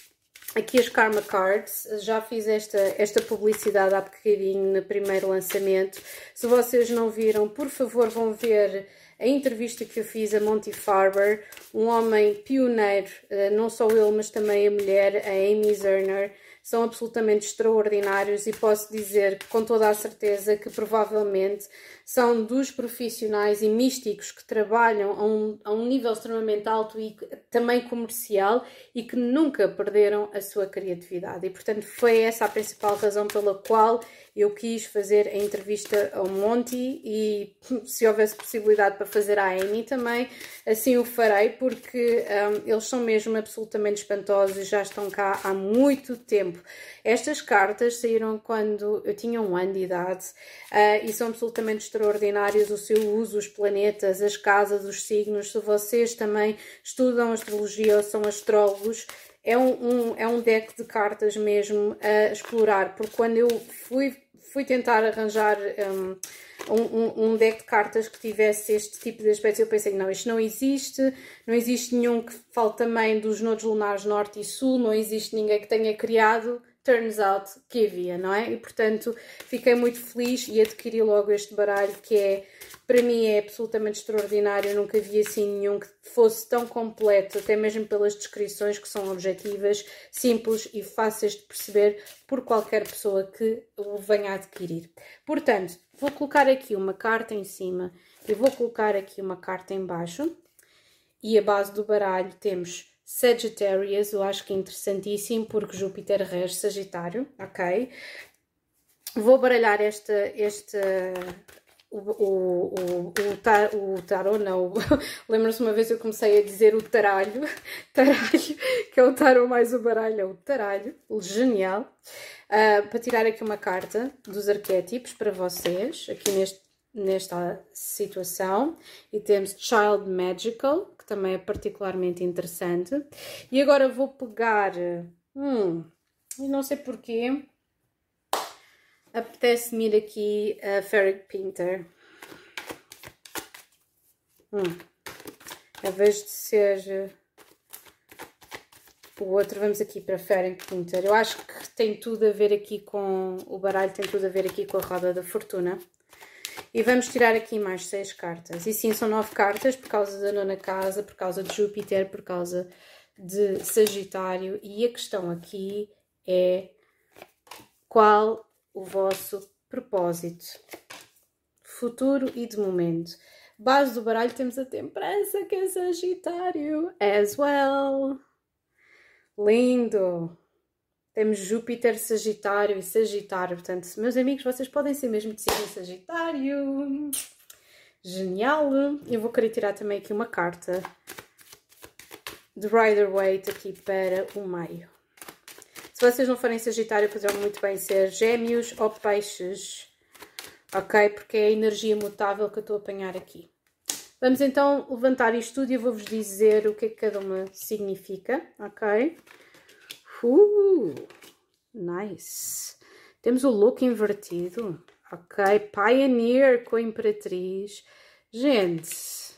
aqui as Karma Cards. Já fiz esta, esta publicidade há bocadinho no primeiro lançamento. Se vocês não viram, por favor vão ver a entrevista que eu fiz a Monty Farber, um homem pioneiro, não só ele, mas também a mulher, a Amy Zerner. São absolutamente extraordinários e posso dizer com toda a certeza que provavelmente são dos profissionais e místicos que trabalham a um, a um nível extremamente alto e também comercial e que nunca perderam a sua criatividade. E portanto foi essa a principal razão pela qual eu quis fazer a entrevista ao Monty e se houvesse possibilidade para fazer à Amy também, assim o farei, porque um, eles são mesmo absolutamente espantosos e já estão cá há muito tempo. Estas cartas saíram quando eu tinha um ano de idade uh, e são absolutamente extraordinários. O seu uso, os planetas, as casas, os signos. Se vocês também estudam astrologia ou são astrólogos, é um, um, é um deck de cartas mesmo a explorar, porque quando eu fui, fui tentar arranjar um, um, um deck de cartas que tivesse este tipo de aspecto, eu pensei, não, isto não existe, não existe nenhum que fale também dos nodos lunares norte e sul, não existe ninguém que tenha criado, turns out que havia, não é? E portanto fiquei muito feliz e adquiri logo este baralho que é, para mim é absolutamente extraordinário, eu nunca vi assim nenhum que fosse tão completo, até mesmo pelas descrições que são objetivas, simples e fáceis de perceber por qualquer pessoa que o venha a adquirir. Portanto, vou colocar aqui uma carta em cima e vou colocar aqui uma carta em baixo e a base do baralho temos Sagittarius, eu acho que é interessantíssimo porque Júpiter rege Sagitário, ok? Vou baralhar esta, esta o, o, o, o, tar, o tarô, não, lembro-se uma vez eu comecei a dizer o taralho, taralho, que é o tarô mais o baralho, é o taralho, genial, uh, para tirar aqui uma carta dos arquétipos para vocês, aqui neste, nesta situação, e temos Child Magical, que também é particularmente interessante, e agora vou pegar, hum, não sei porquê, apetece-me ir aqui a Ferric Painter. Hum. Em vez de ser o outro, vamos aqui para Ferric Painter. Eu acho que tem tudo a ver aqui com o baralho, tem tudo a ver aqui com a roda da fortuna. E vamos tirar aqui mais seis cartas. E sim, são nove cartas por causa da nona casa, por causa de Júpiter, por causa de Sagitário. E a questão aqui é qual o vosso propósito, futuro e de momento. Base do baralho temos a temperança, que é Sagitário, as well. Lindo! Temos Júpiter, Sagitário e Sagitário. Portanto, meus amigos, vocês podem ser mesmo de signo Sagitário. Genial! Eu vou querer tirar também aqui uma carta de Rider-Waite aqui para o meio. Se vocês não forem Sagitário, poderão muito bem ser Gêmeos ou Peixes, ok? Porque é a energia mutável que eu estou a apanhar aqui. Vamos então levantar isto tudo e eu vou-vos dizer o que é que cada uma significa, ok? Uh, nice! Temos o look invertido, ok? Pioneer com a Imperatriz. Gente,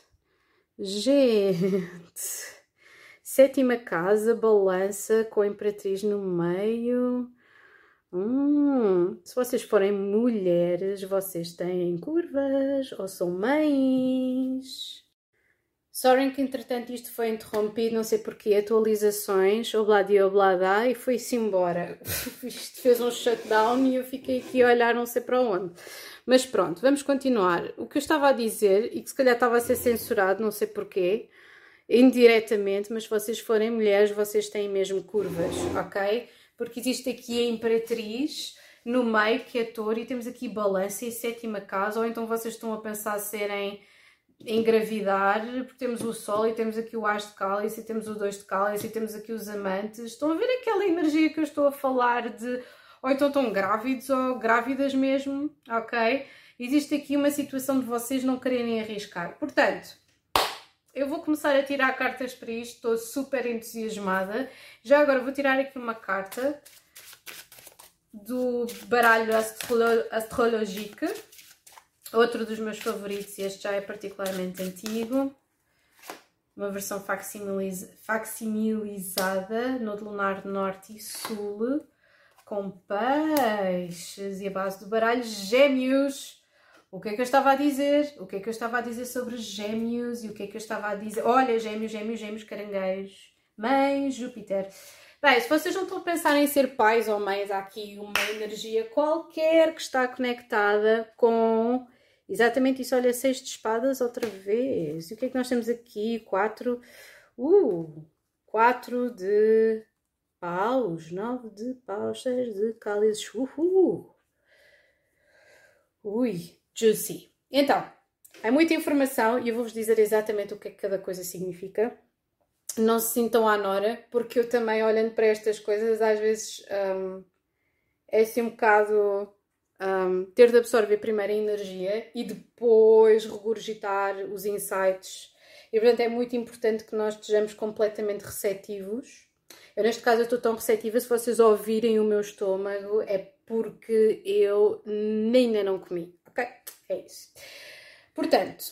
gente... Sétima casa, balança com a Imperatriz no meio. Hum, se vocês forem mulheres, vocês têm curvas ou são mães. Sorry que entretanto isto foi interrompido, não sei porquê, atualizações, obladi oblada, e foi-se embora. Isto fez um shutdown e eu fiquei aqui a olhar não sei para onde. Mas pronto, vamos continuar. O que eu estava a dizer, e que se calhar estava a ser censurado, não sei porquê, indiretamente, mas se vocês forem mulheres, vocês têm mesmo curvas, ok? Porque existe aqui a Imperatriz no meio, que é touro, e temos aqui balança e sétima casa, ou então vocês estão a pensar serem engravidar, porque temos o Sol e temos aqui o As de Cálice, e temos o Dois de Cálice, e temos aqui os Amantes. Estão a ver aquela energia que eu estou a falar de, ou então estão grávidos ou grávidas mesmo, ok? Existe aqui uma situação de vocês não quererem arriscar. Portanto, eu vou começar a tirar cartas para isto, estou super entusiasmada. Já agora vou tirar aqui uma carta do baralho Astrolo Astrologique, outro dos meus favoritos, este já é particularmente antigo. Uma versão facsimiliz facsimilizada, no lunar norte e sul, com peixes e a base do baralho Gêmeos. O que é que eu estava a dizer? O que é que eu estava a dizer sobre Gêmeos? E o que é que eu estava a dizer? Olha, Gêmeos, Gêmeos, Gêmeos, caranguejos. Mãe, Júpiter. Bem, se vocês não estão a pensar em ser pais ou mães, há aqui uma energia qualquer que está conectada com exatamente isso. Olha, seis de espadas outra vez. E o que é que nós temos aqui? Quatro. Uh! Quatro de paus. Nove de paus. Seis de cálices. Uhul! Ui! Juicy. Então, é muita informação e eu vou-vos dizer exatamente o que é que cada coisa significa. Não se sintam à nora, porque eu também, olhando para estas coisas, às vezes um, é assim um bocado um, ter de absorver primeiro a energia e depois regurgitar os insights. E, portanto, é muito importante que nós estejamos completamente receptivos, Eu, neste caso, eu estou tão receptiva, se vocês ouvirem o meu estômago, é porque eu ainda não comi, ok? É isso. Portanto,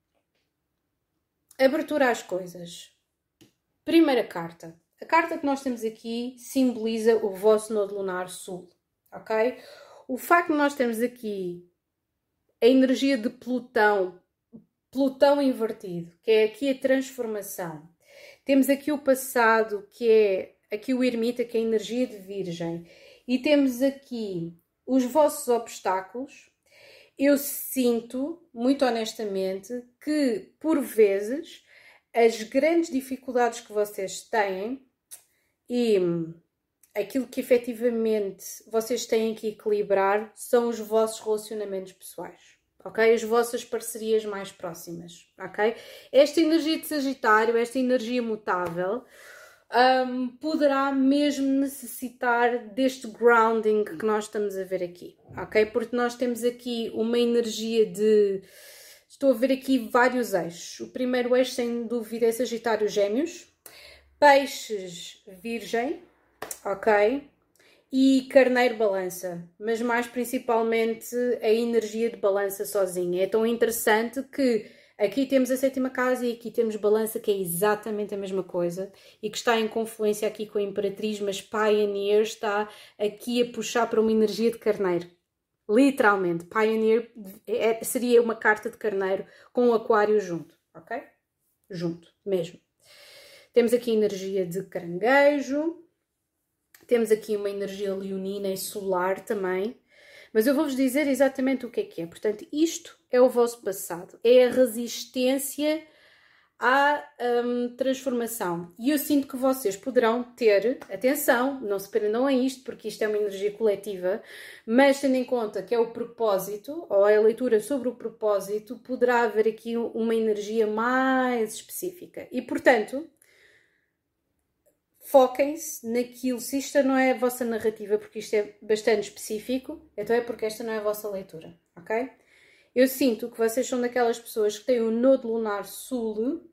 abertura às coisas. Primeira carta. A carta que nós temos aqui simboliza o vosso nodo lunar sul, ok? O facto de nós termos aqui a energia de Plutão, Plutão invertido, que é aqui a transformação. Temos aqui o passado, que é aqui o ermita, que é a energia de Virgem. E temos aqui os vossos obstáculos. Eu sinto, muito honestamente, que, por vezes, as grandes dificuldades que vocês têm e aquilo que efetivamente vocês têm que equilibrar são os vossos relacionamentos pessoais. Ok? As vossas parcerias mais próximas, ok? Esta energia de Sagitário, esta energia mutável, um, poderá mesmo necessitar deste grounding que nós estamos a ver aqui, ok? Porque nós temos aqui uma energia de... Estou a ver aqui vários eixos. O primeiro eixo, sem dúvida, é Sagitário Gêmeos, Peixes Virgem, ok? E Carneiro Balança, mas mais principalmente a energia de Balança sozinha. É tão interessante que aqui temos a sétima casa e aqui temos Balança, que é exatamente a mesma coisa e que está em confluência aqui com a Imperatriz, mas Pioneer está aqui a puxar para uma energia de Carneiro. Literalmente, Pioneer é, seria uma carta de Carneiro com o Aquário junto, ok? Junto, mesmo. Temos aqui a energia de Caranguejo. Temos aqui uma energia leonina e solar também. Mas eu vou-vos dizer exatamente o que é que é. Portanto, isto é o vosso passado. É a resistência à um, transformação. E eu sinto que vocês poderão ter, atenção, não se prendam a isto, porque isto é uma energia coletiva, mas tendo em conta que é o propósito, ou é a leitura sobre o propósito, poderá haver aqui uma energia mais específica. E, portanto... foquem-se naquilo, se isto não é a vossa narrativa, porque isto é bastante específico, então é porque esta não é a vossa leitura, ok? Eu sinto que vocês são daquelas pessoas que têm o nodo lunar sul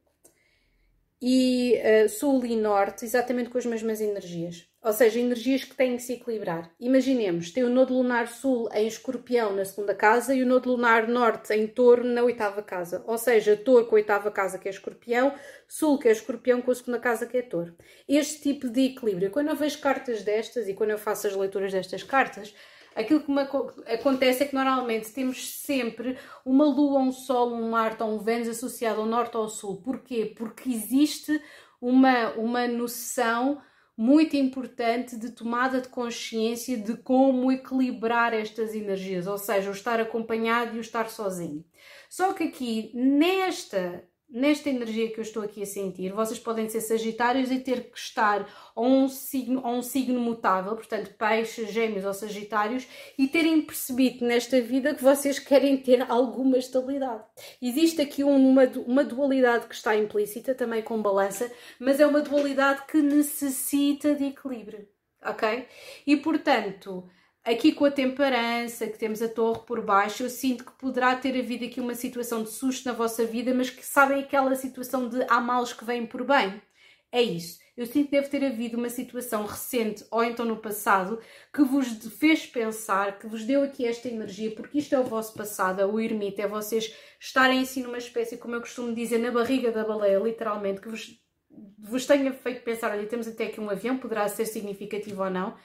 e uh, sul e norte, exatamente com as mesmas energias. Ou seja, energias que têm que se equilibrar. Imaginemos, tem o nodo lunar sul em Escorpião na segunda casa e o nodo lunar norte em Touro na oitava casa. Ou seja, Touro com a oitava casa que é Escorpião, Sul que é Escorpião com a segunda casa que é Touro. Este tipo de equilíbrio. Quando eu vejo cartas destas e quando eu faço as leituras destas cartas, aquilo que me acontece é que normalmente temos sempre uma Lua, um Sol, um Marte ou um Vênus associado ao Norte ou ao Sul. Porquê? Porque existe uma, uma noção muito importante de tomada de consciência de como equilibrar estas energias, ou seja, o estar acompanhado e o estar sozinho. Só que aqui, nesta, nesta energia que eu estou aqui a sentir, vocês podem ser sagitários e ter que estar a um signo, a um signo mutável, portanto, peixes, gêmeos ou sagitários, e terem percebido nesta vida que vocês querem ter alguma estabilidade. Existe aqui uma, uma dualidade que está implícita, também com balança, mas é uma dualidade que necessita de equilíbrio, ok? E, portanto... aqui com a temperança, que temos a torre por baixo, eu sinto que poderá ter havido aqui uma situação de susto na vossa vida, mas que sabem aquela situação de há males que vêm por bem. É isso. Eu sinto que deve ter havido uma situação recente ou então no passado que vos fez pensar, que vos deu aqui esta energia, porque isto é o vosso passado, é o ermita, é vocês estarem assim numa espécie, como eu costumo dizer, na barriga da baleia, literalmente, que vos, vos tenha feito pensar, olha, temos até aqui um avião, poderá ser significativo ou não.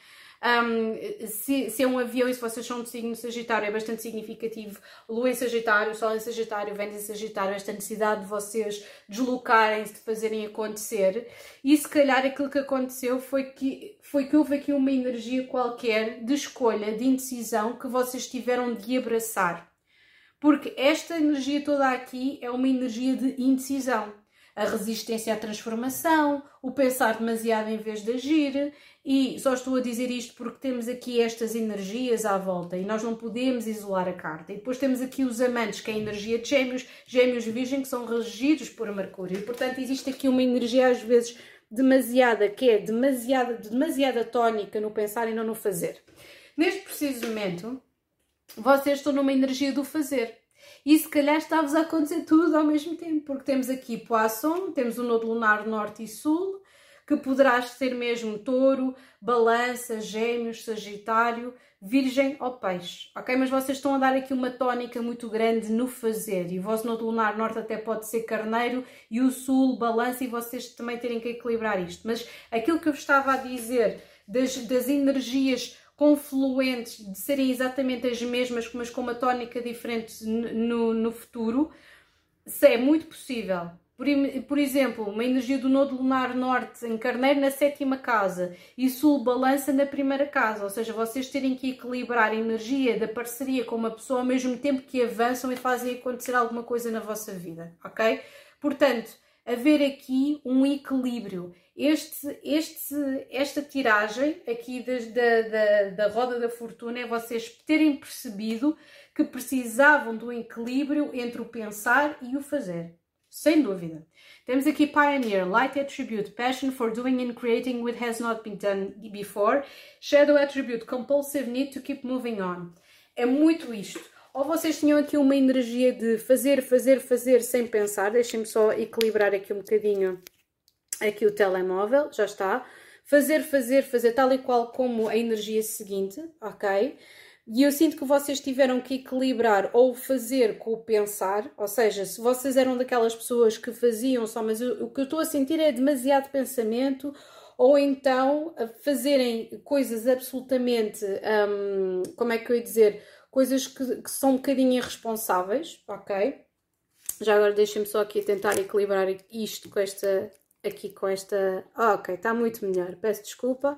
Um, se, se é um avião e se vocês são de signo Sagitário é bastante significativo, Lua em Sagitário, Sol em Sagitário, Vênus em Sagitário, esta necessidade de vocês deslocarem-se, de fazerem acontecer, e se calhar aquilo que aconteceu foi que, foi que houve aqui uma energia qualquer de escolha, de indecisão que vocês tiveram de abraçar, porque esta energia toda aqui é uma energia de indecisão. A resistência à transformação, o pensar demasiado em vez de agir, e só estou a dizer isto porque temos aqui estas energias à volta e nós não podemos isolar a carta. E depois temos aqui os amantes, que é a energia de gêmeos, gêmeos e virgem, que são regidos por Mercúrio. E, portanto, existe aqui uma energia às vezes demasiada, que é demasiada, demasiada tónica no pensar e não no fazer. Neste preciso momento, vocês estão numa energia do fazer. E se calhar está-vos a acontecer tudo ao mesmo tempo, porque temos aqui Poisson, temos o nodo lunar norte e sul, que poderá ser mesmo touro, balança, gêmeos, sagitário, virgem ou peixe, ok? Mas vocês estão a dar aqui uma tónica muito grande no fazer, e o vosso nodo lunar norte até pode ser carneiro e o sul balança, e vocês também terem que equilibrar isto. Mas aquilo que eu estava a dizer das, das energias confluentes, de serem exatamente as mesmas, mas com uma tónica diferente no, no futuro, é muito possível. Por, por exemplo, uma energia do nodo lunar norte em carneiro na sétima casa e sul balança na primeira casa, ou seja, vocês terem que equilibrar a energia da parceria com uma pessoa ao mesmo tempo que avançam e fazem acontecer alguma coisa na vossa vida, ok? Portanto, haver aqui um equilíbrio. Este, este, esta tiragem aqui da, da, da roda da fortuna é vocês terem percebido que precisavam do equilíbrio entre o pensar e o fazer. Sem dúvida. Temos aqui Pioneer, Light Attribute, Passion for doing and creating what has not been done before. Shadow Attribute, Compulsive need to keep moving on. É muito isto. Ou vocês tinham aqui uma energia de fazer, fazer, fazer sem pensar. Deixem-me só equilibrar aqui um bocadinho aqui o telemóvel. Já está. Fazer, fazer, fazer, tal e qual como a energia seguinte, ok? E eu sinto que vocês tiveram que equilibrar ou fazer com o pensar, ou seja, se vocês eram daquelas pessoas que faziam só, mas eu, o que eu estou a sentir é demasiado pensamento, ou então fazerem coisas absolutamente, hum, como é que eu ia dizer, coisas que, que são um bocadinho irresponsáveis, ok? Já agora deixem-me só aqui tentar equilibrar isto com esta, aqui com esta, ah, ok, está muito melhor, peço desculpa.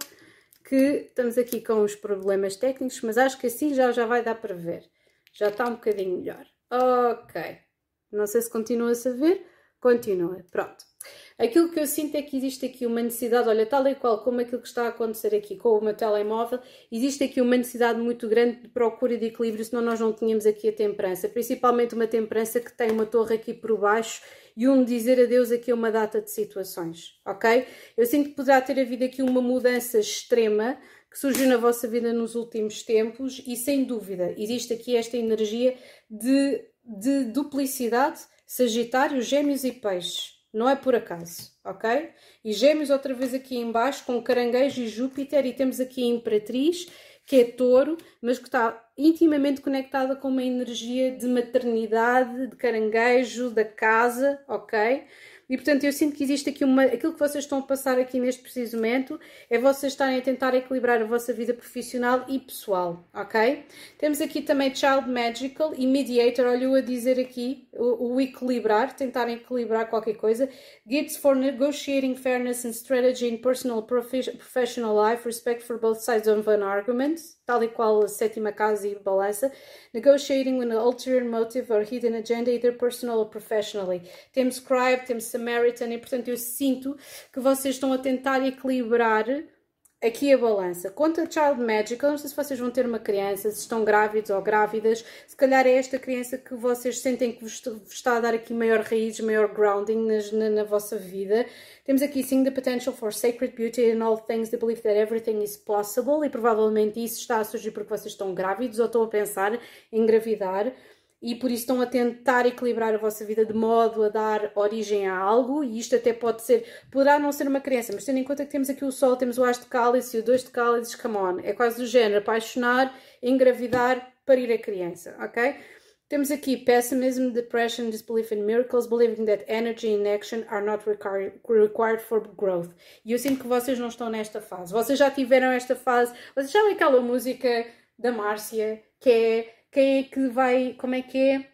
Que estamos aqui com os problemas técnicos, mas acho que assim já, já vai dar para ver. Já está um bocadinho melhor. Ok. Não sei se continua-se a ver. Continua. Pronto. Aquilo que eu sinto é que existe aqui uma necessidade, olha, tal e qual como aquilo que está a acontecer aqui com o meu telemóvel, existe aqui uma necessidade muito grande de procura de equilíbrio, senão nós não tínhamos aqui a temperança. Principalmente uma temperança que tem uma torre aqui por baixo e um dizer adeus aqui a uma data de situações, ok? Eu sinto que poderá ter havido aqui uma mudança extrema que surgiu na vossa vida nos últimos tempos e, sem dúvida, existe aqui esta energia de, de duplicidade, Sagitário, Gêmeos e Peixes. Não é por acaso, ok? E Gêmeos outra vez aqui em baixo com Caranguejo e Júpiter, e temos aqui a Imperatriz, que é Touro, mas que está intimamente conectada com uma energia de maternidade, de caranguejo, da casa, ok? E portanto eu sinto que existe aqui uma... Aquilo que vocês estão a passar aqui neste preciso momento é vocês estarem a tentar equilibrar a vossa vida profissional e pessoal, ok? Temos aqui também Child Magical e Mediator, olha eu a dizer aqui, o, o equilibrar, tentar equilibrar qualquer coisa. Gifts for negotiating fairness and strategy in personal professional life, respect for both sides of an argument, tal e qual a sétima casa e balança. Negotiating with an ulterior motive or hidden agenda, either personal or professionally. Temos Scribe, temos Samaritan, e portanto eu sinto que vocês estão a tentar equilibrar aqui a balança. Quanto a Child Magical, não sei se vocês vão ter uma criança, se estão grávidos ou grávidas, se calhar é esta criança que vocês sentem que vos está a dar aqui maior raiz, maior grounding nas, na, na vossa vida. Temos aqui sim the potential for sacred beauty in all things, the belief that everything is possible, e provavelmente isso está a surgir porque vocês estão grávidos ou estão a pensar em engravidar. E por isso estão a tentar equilibrar a vossa vida de modo a dar origem a algo, e isto até pode ser, poderá não ser uma criança, mas tendo em conta que temos aqui o Sol, temos o As de Cálice e o Dois de Cálices, come on, é quase do género, apaixonar, engravidar, parir a criança, ok? Temos aqui Pessimism, Depression, Disbelief in Miracles, Believing that Energy and Action are not required for growth. E eu sinto que vocês não estão nesta fase, vocês já tiveram esta fase, vocês sabem aquela música da Márcia, que é quem é que vai, como é que é,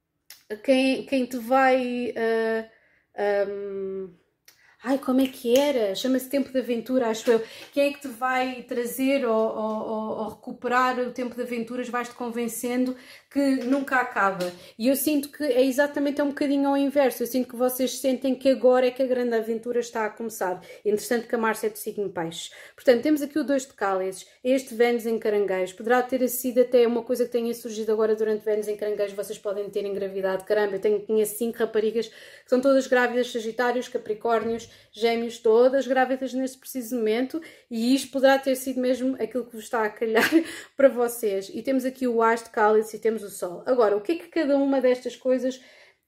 quem, quem te vai, uh, um, ai, como é que era, chama-se Tempo de Aventura, acho eu, quem é que te vai trazer ou, ou, ou recuperar o Tempo de Aventuras, vais-te convencendo que nunca acaba. E eu sinto que é exatamente é um bocadinho ao inverso, eu sinto que vocês sentem que agora é que a grande aventura está a começar. Interessante que a Márcia é de signo Peixe. Portanto, temos aqui o Dois de Cálices, este Vênus em Caranguejo, poderá ter sido até uma coisa que tenha surgido agora durante Vênus em Caranguejo, vocês podem ter engravidado. Caramba, eu tenho, tinha cinco raparigas que são todas grávidas, Sagitários, Capricórnios, Gêmeos, todas grávidas neste preciso momento, e isto poderá ter sido mesmo aquilo que vos está a calhar para vocês. E temos aqui o As de Cálice e temos o Sol. Agora, o que é que cada uma destas coisas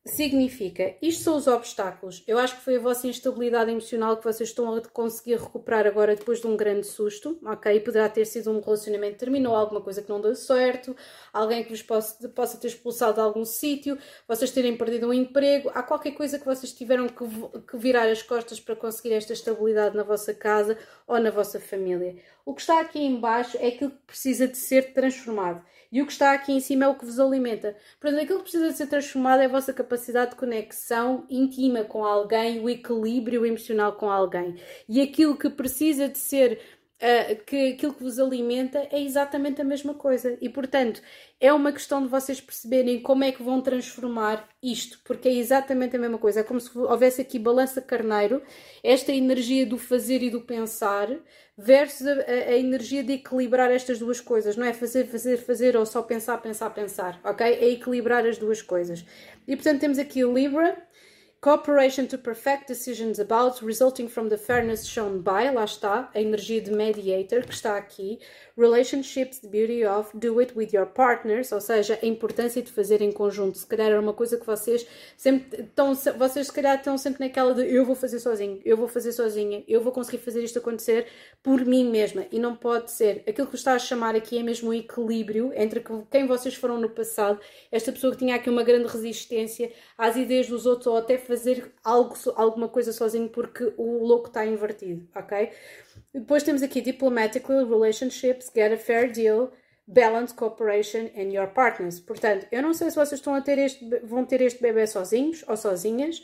significa, isto são os obstáculos. Eu acho que foi a vossa instabilidade emocional que vocês estão a conseguir recuperar agora depois de um grande susto, ok? Poderá ter sido um relacionamento que terminou, alguma coisa que não deu certo, alguém que vos possa, possa ter expulsado de algum sítio, vocês terem perdido um emprego, há qualquer coisa que vocês tiveram que, que virar as costas para conseguir esta estabilidade na vossa casa ou na vossa família. O que está aqui em baixo é aquilo que precisa de ser transformado. E o que está aqui em cima é o que vos alimenta. Portanto, aquilo que precisa de ser transformado é a vossa capacidade de conexão íntima com alguém, o equilíbrio emocional com alguém. E aquilo que precisa de ser, uh, que aquilo que vos alimenta é exatamente a mesma coisa. E, portanto, é uma questão de vocês perceberem como é que vão transformar isto, porque é exatamente a mesma coisa. É como se houvesse aqui balança carneiro, esta energia do fazer e do pensar, versus a, a, a energia de equilibrar estas duas coisas. Não é fazer, fazer, fazer ou só pensar, pensar, pensar, ok? É equilibrar as duas coisas. E, portanto, temos aqui o Libra. Cooperation to perfect decisions about, resulting from the fairness shown by, lá está, a energia de mediator que está aqui. Relationships, the beauty of, do it with your partners, ou seja, a importância de fazer em conjunto. Se calhar é uma coisa que vocês sempre estão, vocês se calhar estão sempre naquela de eu vou fazer sozinho, eu vou fazer sozinha, eu vou conseguir fazer isto acontecer por mim mesma. E não pode ser. Aquilo que está a chamar aqui é mesmo um equilíbrio entre quem vocês foram no passado, esta pessoa que tinha aqui uma grande resistência às ideias dos outros ou até fazer algo, alguma coisa sozinho porque o louco está invertido, ok? Depois temos aqui diplomatically, relationships, get a fair deal, balance, cooperation and your partners. Portanto, eu não sei se vocês estão a ter este, vão ter este bebê sozinhos ou sozinhas.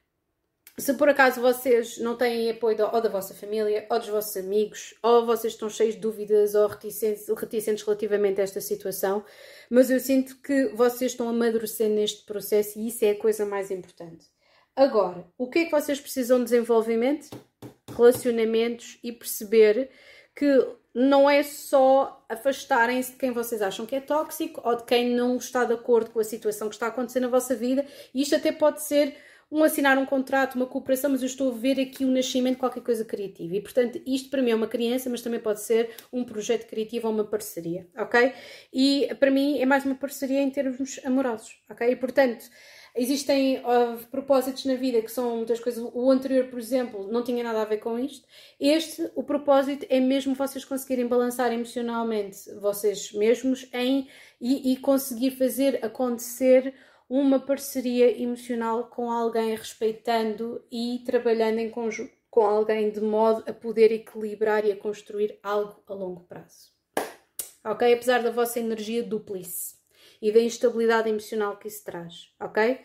Se por acaso vocês não têm apoio ou da vossa família, ou dos vossos amigos, ou vocês estão cheios de dúvidas ou reticentes, reticentes relativamente a esta situação, mas eu sinto que vocês estão a amadurecer neste processo e isso é a coisa mais importante. Agora, o que é que vocês precisam de desenvolvimento? Relacionamentos e perceber que não é só afastarem-se de quem vocês acham que é tóxico ou de quem não está de acordo com a situação que está a acontecer na vossa vida. E isto até pode ser um assinar um contrato, uma cooperação, mas eu estou a ver aqui o nascimento de qualquer coisa criativa. E, portanto, isto para mim é uma criança, mas também pode ser um projeto criativo ou uma parceria, ok? E, para mim, é mais uma parceria em termos amorosos, ok? E, portanto, existem uh, propósitos na vida que são muitas coisas. O anterior, por exemplo, não tinha nada a ver com isto. Este, o propósito é mesmo vocês conseguirem balançar emocionalmente vocês mesmos em, e, e conseguir fazer acontecer uma parceria emocional com alguém, respeitando e trabalhando em conjunto com alguém de modo a poder equilibrar e a construir algo a longo prazo. Ok? Apesar da vossa energia duplice e da instabilidade emocional que isso traz. Ok?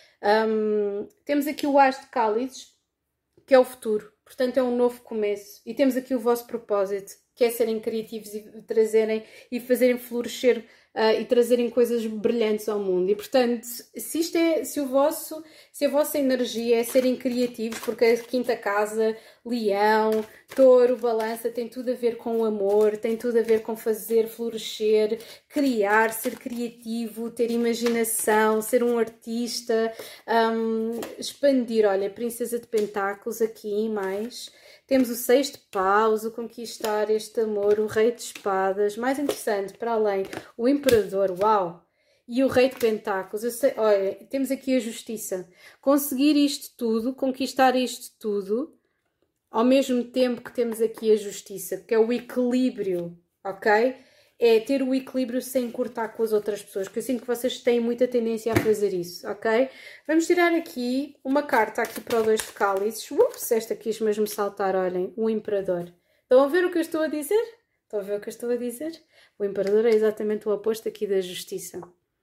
Um, temos aqui o As de Cálices, que é o futuro. Portanto, é um novo começo. E temos aqui o vosso propósito, que é serem criativos e trazerem e fazerem florescer uh, e trazerem coisas brilhantes ao mundo. E, portanto, se isto é, se o vosso, se a vossa energia é serem criativos, porque a quinta casa, leão, touro, balança, tem tudo a ver com o amor, tem tudo a ver com fazer florescer, criar, ser criativo, ter imaginação, ser um artista, um, expandir. Olha, Princesa de Pentáculos aqui, mais... Temos o seis de paus, o conquistar este amor, o rei de espadas, mais interessante, para além, o imperador, uau! E o rei de pentáculos, eu sei, olha, temos aqui a justiça. Conseguir isto tudo, conquistar isto tudo, ao mesmo tempo que temos aqui a justiça, que é o equilíbrio, ok? É ter o equilíbrio sem cortar com as outras pessoas, porque eu sinto que vocês têm muita tendência a fazer isso, ok? Vamos tirar aqui uma carta aqui para o dois de cálices. Ups, esta quis mesmo saltar, olhem, o imperador. Estão a ver o que eu estou a dizer? Estão a ver o que eu estou a dizer? O imperador é exatamente o oposto aqui da justiça.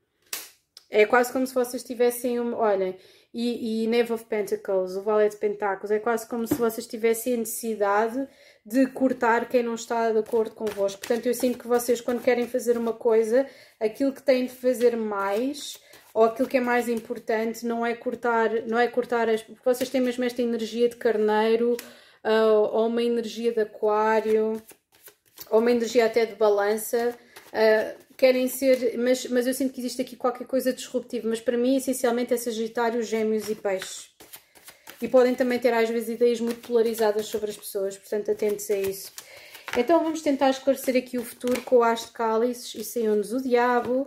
É quase como se vocês tivessem, um, olhem, e, e Knave of Pentacles, o Valete de Pentáculos, é quase como se vocês tivessem a necessidade de cortar quem não está de acordo convosco. Portanto, eu sinto que vocês, quando querem fazer uma coisa, aquilo que têm de fazer mais, ou aquilo que é mais importante, não é cortar, não é cortar as... Porque vocês têm mesmo esta energia de carneiro, uh, ou uma energia de aquário, ou uma energia até de balança, uh, querem ser... Mas, mas eu sinto que existe aqui qualquer coisa disruptiva, mas para mim, essencialmente, é Sagitário, Gêmeos e Peixes. E podem também ter, às vezes, ideias muito polarizadas sobre as pessoas, portanto, atentos a isso. Então, vamos tentar esclarecer aqui o futuro com o As de Cálices e saiu-nos o Diabo,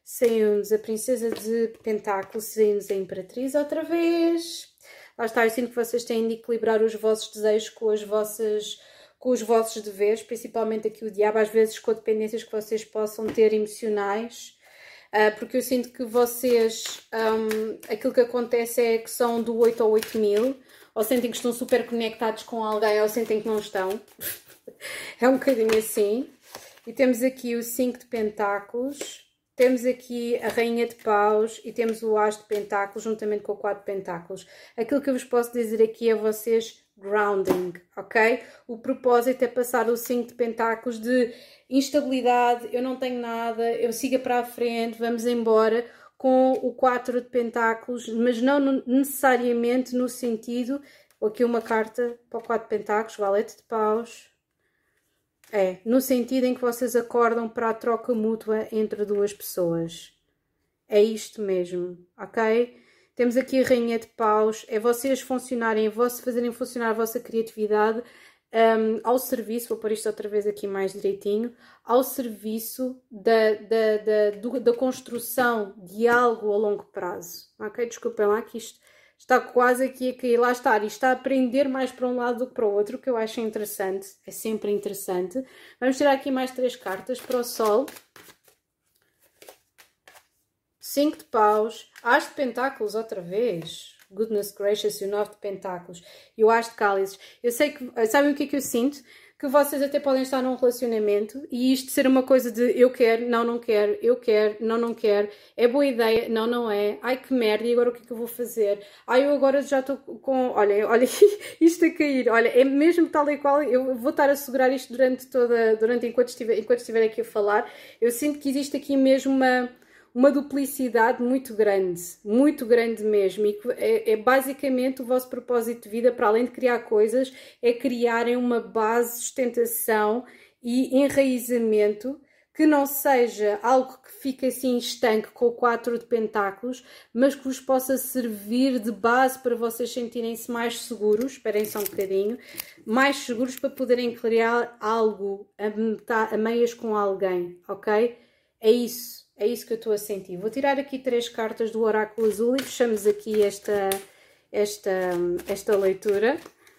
saiu-nos a Princesa de Pentáculos, saiu-nos a Imperatriz outra vez. Lá está, eu sinto que vocês têm de equilibrar os vossos desejos com as vossas, com os vossos deveres, principalmente aqui o Diabo, às vezes com dependências que vocês possam ter emocionais, uh, porque eu sinto que vocês, um, aquilo que acontece é que são do oito ao oito mil, ou sentem que estão super conectados com alguém, ou sentem que não estão. É um bocadinho assim. E temos aqui o cinco de Pentáculos, temos aqui a Rainha de Paus e temos o As de Pentáculos juntamente com o quatro de Pentáculos. Aquilo que eu vos posso dizer aqui a vocês, grounding, ok? O propósito é passar o cinco de Pentáculos de instabilidade, eu não tenho nada, eu siga para a frente, vamos embora, com o quatro de Pentáculos, mas não necessariamente no sentido, aqui uma carta para o quatro de Pentáculos, Valete de Paus. É, no sentido em que vocês acordam para a troca mútua entre duas pessoas. É isto mesmo, ok? Temos aqui a Rainha de Paus, é vocês funcionarem, fazerem funcionar a vossa criatividade um, ao serviço, vou pôr isto outra vez aqui mais direitinho, ao serviço da, da, da, do, da construção de algo a longo prazo, ok? Desculpem lá que isto está quase aqui a cair, lá está, e está a aprender mais para um lado do que para o outro, que eu acho interessante, é sempre interessante. Vamos tirar aqui mais três cartas para o Sol. cinco de Paus, As de Pentáculos outra vez, Goodness Gracious, e o nove de Pentáculos, e o As de Cálices. Eu sei que, sabem o que é que eu sinto? Que vocês até podem estar num relacionamento e isto ser uma coisa de eu quero, não, não quero, eu quero, não, não quero, é boa ideia, não, não é, ai que merda, e agora o que é que eu vou fazer? Ai, eu agora já estou com, olha, olha isto a cair, olha, é mesmo tal e qual, eu vou estar a segurar isto durante toda, durante enquanto estiver, enquanto estiver aqui a falar, eu sinto que existe aqui mesmo uma... uma duplicidade muito grande, muito grande mesmo, e que é, é basicamente o vosso propósito de vida, para além de criar coisas, é criarem uma base de sustentação e enraizamento que não seja algo que fique assim estanque com o quatro de Pentáculos, mas que vos possa servir de base para vocês sentirem-se mais seguros, esperem só um bocadinho, mais seguros para poderem criar algo a, metade, a meias com alguém, ok? É isso. É isso que eu estou a sentir. Vou tirar aqui três cartas do Oráculo Azul e fechamos aqui esta, esta, esta leitura.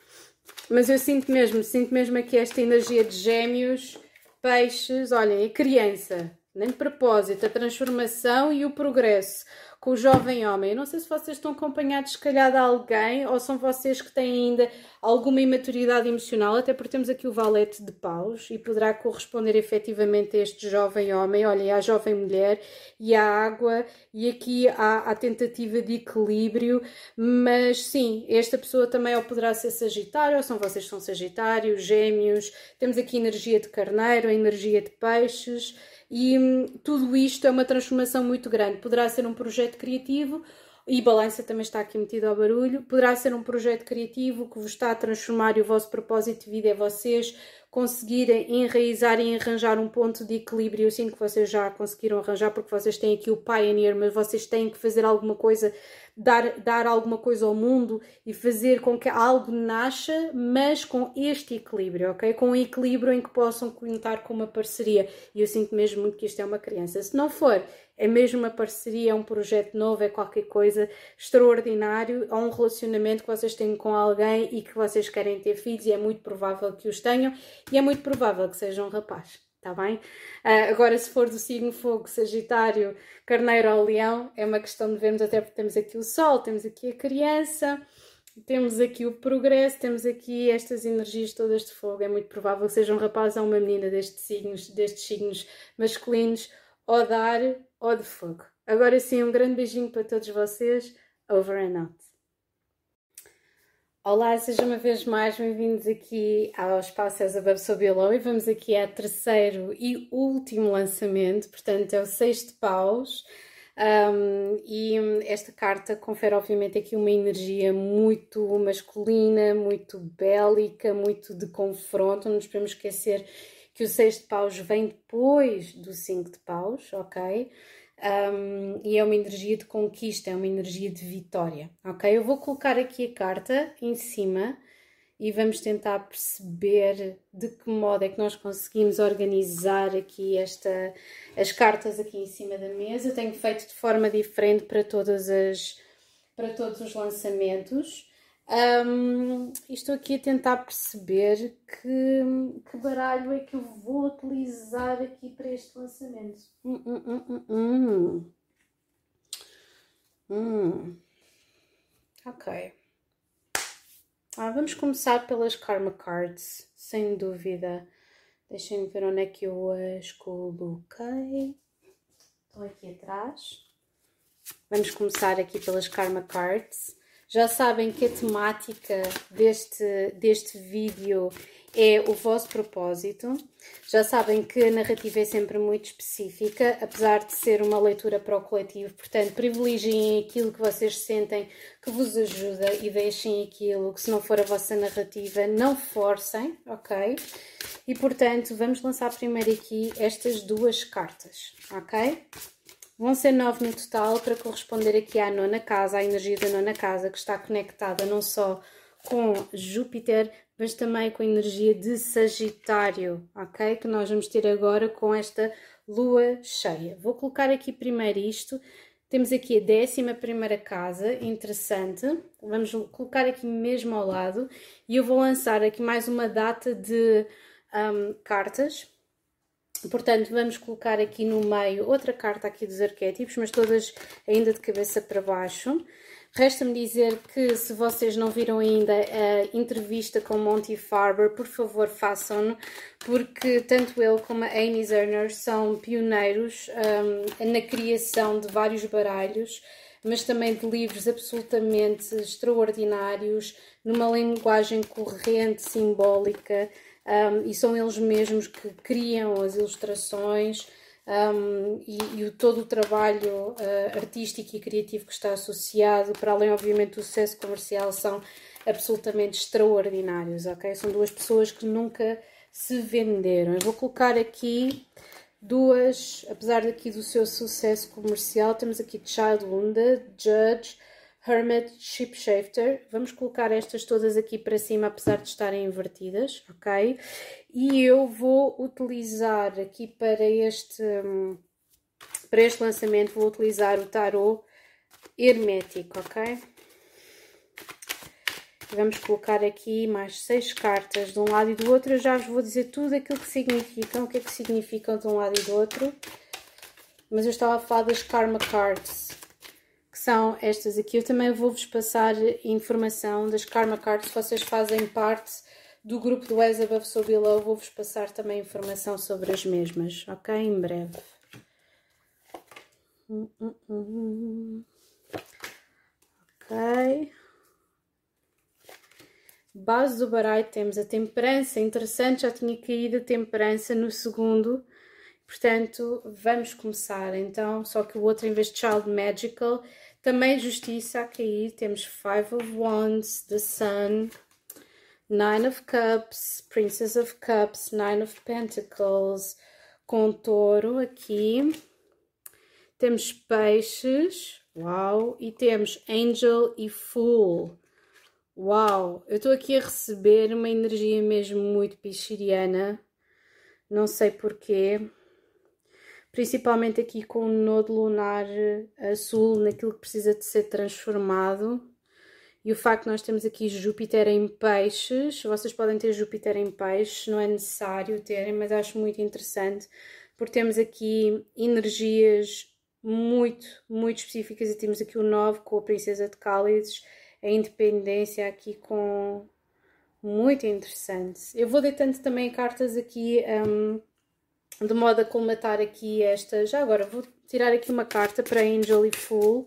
Mas eu sinto mesmo, sinto mesmo aqui esta energia de Gêmeos, Peixes, olhem, a criança, nem de propósito, a transformação e o progresso com o jovem homem. Eu não sei se vocês estão acompanhados, se calhar, de alguém, ou são vocês que têm ainda alguma imaturidade emocional, até porque temos aqui o Valete de Paus e poderá corresponder efetivamente a este jovem homem, olha, e à jovem mulher, e à água, e aqui há a tentativa de equilíbrio, mas sim, esta pessoa também ou poderá ser Sagitário, ou são vocês que são Sagitário, Gêmeos, temos aqui energia de Carneiro, a energia de Peixes, e hum, tudo isto é uma transformação muito grande. Poderá ser um projeto criativo, e Balança também está aqui metido ao barulho, poderá ser um projeto criativo que vos está a transformar, e o vosso propósito de vida é vocês conseguirem enraizar e arranjar um ponto de equilíbrio. Eu sinto que vocês já conseguiram arranjar, porque vocês têm aqui o Pioneer, mas vocês têm que fazer alguma coisa, dar, dar alguma coisa ao mundo e fazer com que algo nasça, mas com este equilíbrio, ok? Com um equilíbrio em que possam contar com uma parceria. E eu sinto mesmo muito que isto é uma criança. Se não for, é mesmo uma parceria, é um projeto novo, é qualquer coisa extraordinário, é um relacionamento que vocês têm com alguém e que vocês querem ter filhos, e é muito provável que os tenham, e é muito provável que seja um rapaz, está bem? Uh, agora, se for do signo Fogo, Sagitário, Carneiro ou Leão, é uma questão de vermos, até porque temos aqui o Sol, temos aqui a criança, temos aqui o progresso, temos aqui estas energias todas de fogo. É muito provável que seja um rapaz ou uma menina destes signos, destes signos masculinos, ou de ar ou de fogo. Agora sim, um grande beijinho para todos vocês. Over and out. Olá, sejam uma vez mais bem-vindos aqui ao Espaço As Above So Below, e vamos aqui ao terceiro e último lançamento, portanto é o seis de Paus. Um, e esta carta confere obviamente aqui uma energia muito masculina, muito bélica, muito de confronto. Não nos podemos esquecer que o seis de Paus vem depois do cinco de Paus, ok? Um, e é uma energia de conquista, é uma energia de vitória, ok? Eu vou colocar aqui a carta em cima e vamos tentar perceber de que modo é que nós conseguimos organizar aqui esta, as cartas aqui em cima da mesa. Eu tenho feito de forma diferente para, todas as, para todos os lançamentos. Um, e estou aqui a tentar perceber que, que baralho é que eu vou utilizar aqui para este lançamento. Hum, hum, hum, hum, hum. Hum. Ok. Ah, vamos começar pelas Karma Cards, sem dúvida. Deixem-me ver onde é que eu as coloquei. Estão aqui atrás. Vamos começar aqui pelas Karma Cards. Já sabem que a temática deste, deste vídeo é o vosso propósito. Já sabem que a narrativa é sempre muito específica, apesar de ser uma leitura para o coletivo. Portanto, privilegiem aquilo que vocês sentem que vos ajuda e deixem aquilo que, se não for a vossa narrativa, não forcem, ok? E, portanto, vamos lançar primeiro aqui estas duas cartas, ok? Vão ser nove no total para corresponder aqui à nona casa, à energia da nona casa, que está conectada não só com Júpiter, mas também com a energia de Sagitário, ok? Que nós vamos ter agora com esta lua cheia. Vou colocar aqui primeiro isto. Temos aqui a décima primeira casa, interessante. Vamos colocar aqui mesmo ao lado. E eu vou lançar aqui mais uma data de um, cartas. Portanto, vamos colocar aqui no meio outra carta aqui dos arquétipos, mas todas ainda de cabeça para baixo. Resta-me dizer que, se vocês não viram ainda a entrevista com Monty Farber, por favor façam-no, porque tanto ele como a Amy Zerner são pioneiros um, na criação de vários baralhos, mas também de livros absolutamente extraordinários, numa linguagem corrente, simbólica, um, e são eles mesmos que criam as ilustrações. Um, e, e o, todo o trabalho uh, artístico e criativo que está associado, para além obviamente do sucesso comercial, são absolutamente extraordinários, ok? São duas pessoas que nunca se venderam. Eu vou colocar aqui duas, apesar daqui do seu sucesso comercial, temos aqui Child Wounded, Judge, Hermit, Shapeshifter. Vamos colocar estas todas aqui para cima, apesar de estarem invertidas, ok? E eu vou utilizar aqui para este, para este lançamento, vou utilizar o tarot hermético, ok? Vamos colocar aqui mais seis cartas de um lado e do outro. Eu já vos vou dizer tudo aquilo que significam, o que é que significam de um lado e do outro. Mas eu estava a falar das Karma Cards, que são estas aqui. Eu também vou-vos passar informação das Karma Cards, se vocês fazem parte do grupo do As Above So Below, vou-vos passar também informação sobre as mesmas, ok? Em breve. Hum, hum, hum. Ok. Base do baralho temos a temperança, interessante, já tinha caído a temperança no segundo. Portanto, vamos começar então, só que o outro, em vez de Child Magical, também justiça a cair. Temos Five of Wands, The Sun, Nine of Cups, Princess of Cups, Nine of Pentacles, com touro aqui. Temos peixes, uau, e temos Angel e Fool. Uau, eu estou aqui a receber uma energia mesmo muito pisciana, não sei porquê. Principalmente aqui com o nodo lunar azul naquilo que precisa de ser transformado. E o facto de nós temos aqui Júpiter em peixes, vocês podem ter Júpiter em peixes, não é necessário terem, mas acho muito interessante, porque temos aqui energias muito, muito específicas, e temos aqui o nove com a Princesa de Cálices, a independência aqui com... muito interessante. Eu vou deitando também cartas aqui, um, de modo a colmatar aqui esta... Já agora vou tirar aqui uma carta para Angel e Fool,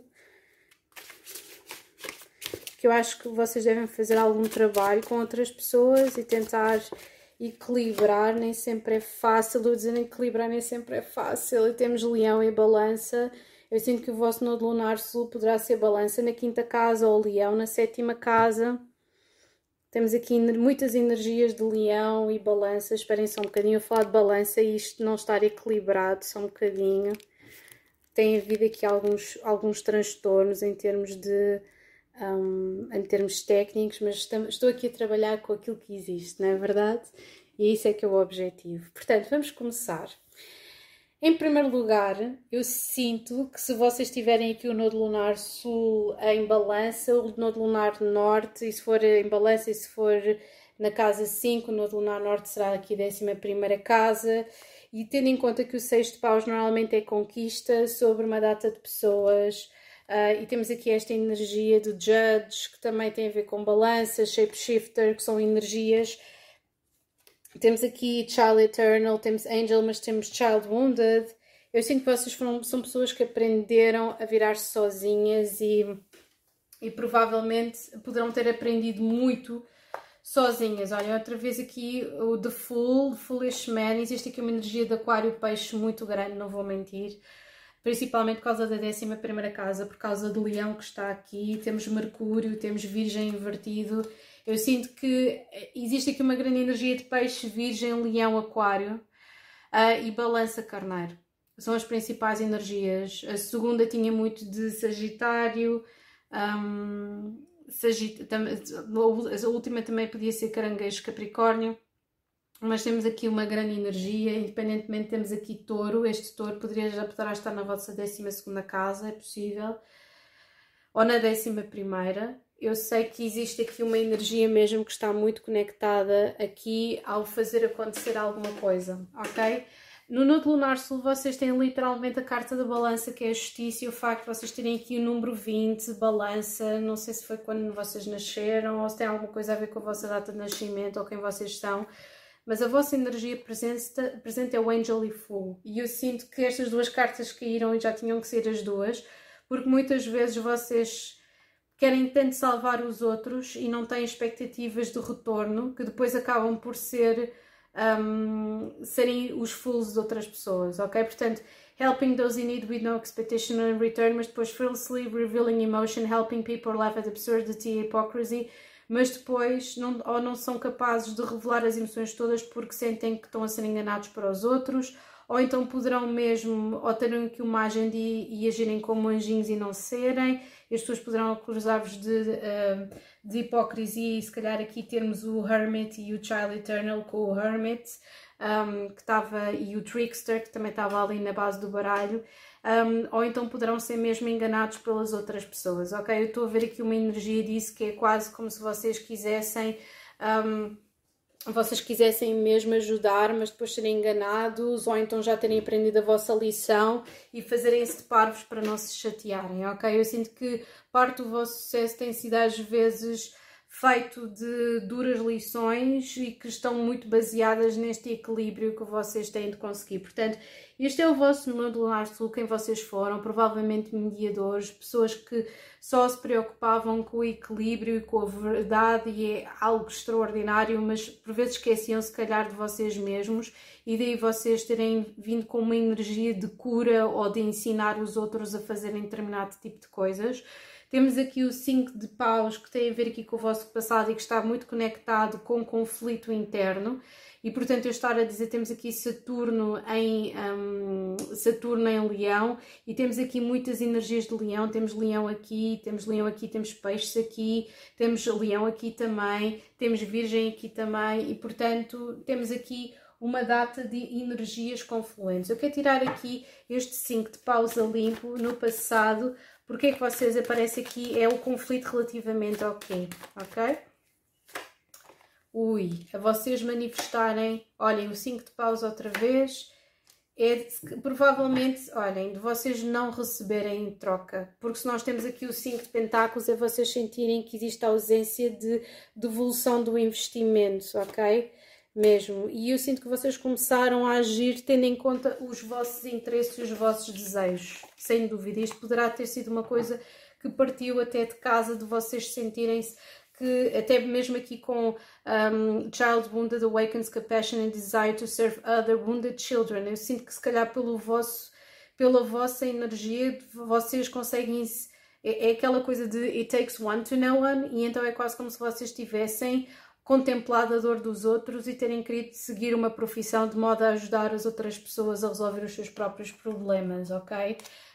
que eu acho que vocês devem fazer algum trabalho com outras pessoas e tentar equilibrar. Nem sempre é fácil, eu dizer equilibrar nem sempre é fácil. E temos Leão e Balança. Eu sinto que o vosso nodo lunar sul poderá ser Balança na quinta casa ou Leão na sétima casa. Temos aqui muitas energias de Leão e Balança. Esperem só um bocadinho, eu falar de Balança e isto não estar equilibrado só um bocadinho. Tem havido aqui alguns, alguns transtornos em termos de um, em termos técnicos, mas estamos, estou aqui a trabalhar com aquilo que existe, não é verdade? E isso é que é o objetivo. Portanto, vamos começar. Em primeiro lugar, eu sinto que se vocês tiverem aqui o nodo lunar sul em balança, o nodo lunar norte, e se for em balança e se for na casa cinco, o nodo lunar norte será aqui a décima primeira casa, e tendo em conta que o seis de paus normalmente é conquista sobre uma data de pessoas, uh, e temos aqui esta energia do Judge, que também tem a ver com balança, Shapeshifter, que são energias. Temos aqui Child Eternal, temos Angel, mas temos Child Wounded. Eu sinto que vocês foram, são pessoas que aprenderam a virar-se sozinhas e, e provavelmente poderão ter aprendido muito sozinhas. Olha, outra vez aqui o The Fool, The Foolish Man. Existe aqui uma energia de aquário peixe muito grande, não vou mentir. Principalmente por causa da décima primeira casa, por causa do leão que está aqui. Temos Mercúrio, temos Virgem invertido. Eu sinto que existe aqui uma grande energia de peixe, virgem, leão, aquário uh, e balança, carneiro. São as principais energias. A segunda tinha muito de sagitário. Um, sagit... A última também podia ser caranguejo, capricórnio. Mas temos aqui uma grande energia, independentemente temos aqui touro. Este touro poderia já poderá estar na vossa décima segunda casa, é possível. Ou na décima primeira. Eu sei que existe aqui uma energia mesmo que está muito conectada aqui ao fazer acontecer alguma coisa, ok? No nodo lunar sul vocês têm literalmente a carta da balança, que é a justiça, e o facto de vocês terem aqui o número vinte, balança, não sei se foi quando vocês nasceram ou se tem alguma coisa a ver com a vossa data de nascimento ou quem vocês são, mas a vossa energia presente, presente é o Angel e Fool, e eu sinto que estas duas cartas caíram e já tinham que ser as duas, porque muitas vezes vocês querem tanto salvar os outros e não têm expectativas de retorno, que depois acabam por ser, um, serem os fools de outras pessoas, ok? Portanto, helping those in need with no expectation in return, mas depois fearlessly revealing emotion, helping people laugh at absurdity e hypocrisy, mas depois não, ou não são capazes de revelar as emoções todas porque sentem que estão a ser enganados para os outros, ou então poderão mesmo, ou terem aqui uma agenda e, e agirem como anjinhos e não serem, e as pessoas poderão acusar-vos de, de, de hipocrisia, e se calhar aqui termos o Hermit e o Child Eternal com o Hermit, um, que estava, e o Trickster, que também estava ali na base do baralho, um, ou então poderão ser mesmo enganados pelas outras pessoas, ok? Eu estou a ver aqui uma energia disso que é quase como se vocês quisessem... Um, vocês quisessem mesmo ajudar, mas depois serem enganados, ou então já terem aprendido a vossa lição e fazerem-se de parvos para não se chatearem, ok? Eu sinto que parte do vosso sucesso tem sido às vezes feito de duras lições e que estão muito baseadas neste equilíbrio que vocês têm de conseguir. Portanto, este é o vosso nodo lunar sul, quem vocês foram, provavelmente mediadores, pessoas que só se preocupavam com o equilíbrio e com a verdade, e é algo extraordinário, mas por vezes esqueciam se calhar de vocês mesmos, e daí vocês terem vindo com uma energia de cura ou de ensinar os outros a fazerem determinado tipo de coisas. Temos aqui o cinco de paus, que tem a ver aqui com o vosso passado e que está muito conectado com o conflito interno. E, portanto, eu estar a dizer, temos aqui Saturno em, um, Saturno em Leão, e temos aqui muitas energias de Leão. Temos Leão aqui, temos Leão aqui, temos Peixes aqui, temos Leão aqui também, temos Virgem aqui também, e, portanto, temos aqui uma data de energias confluentes. Eu quero tirar aqui este cinco de paus a limpo no passado. Porque é que vocês aparecem aqui? É o conflito relativamente ao quê? Ok? Ui, a vocês manifestarem, olhem, o cinco de paus outra vez, é de, provavelmente, olhem, de vocês não receberem em troca. Porque se nós temos aqui o cinco de pentáculos, é vocês sentirem que existe a ausência de devolução do investimento, ok? Mesmo. E eu sinto que vocês começaram a agir tendo em conta os vossos interesses e os vossos desejos. Sem dúvida. Isto poderá ter sido uma coisa que partiu até de casa, de vocês sentirem-se que, até mesmo aqui com um, Child Wounded Awakens Compassion and Desire to Serve Other Wounded Children. Eu sinto que se calhar pelo vosso, pela vossa energia, vocês conseguem... É, é aquela coisa de it takes one to know one, e então é quase como se vocês tivessem contemplado a dor dos outros e terem querido seguir uma profissão de modo a ajudar as outras pessoas a resolver os seus próprios problemas, ok?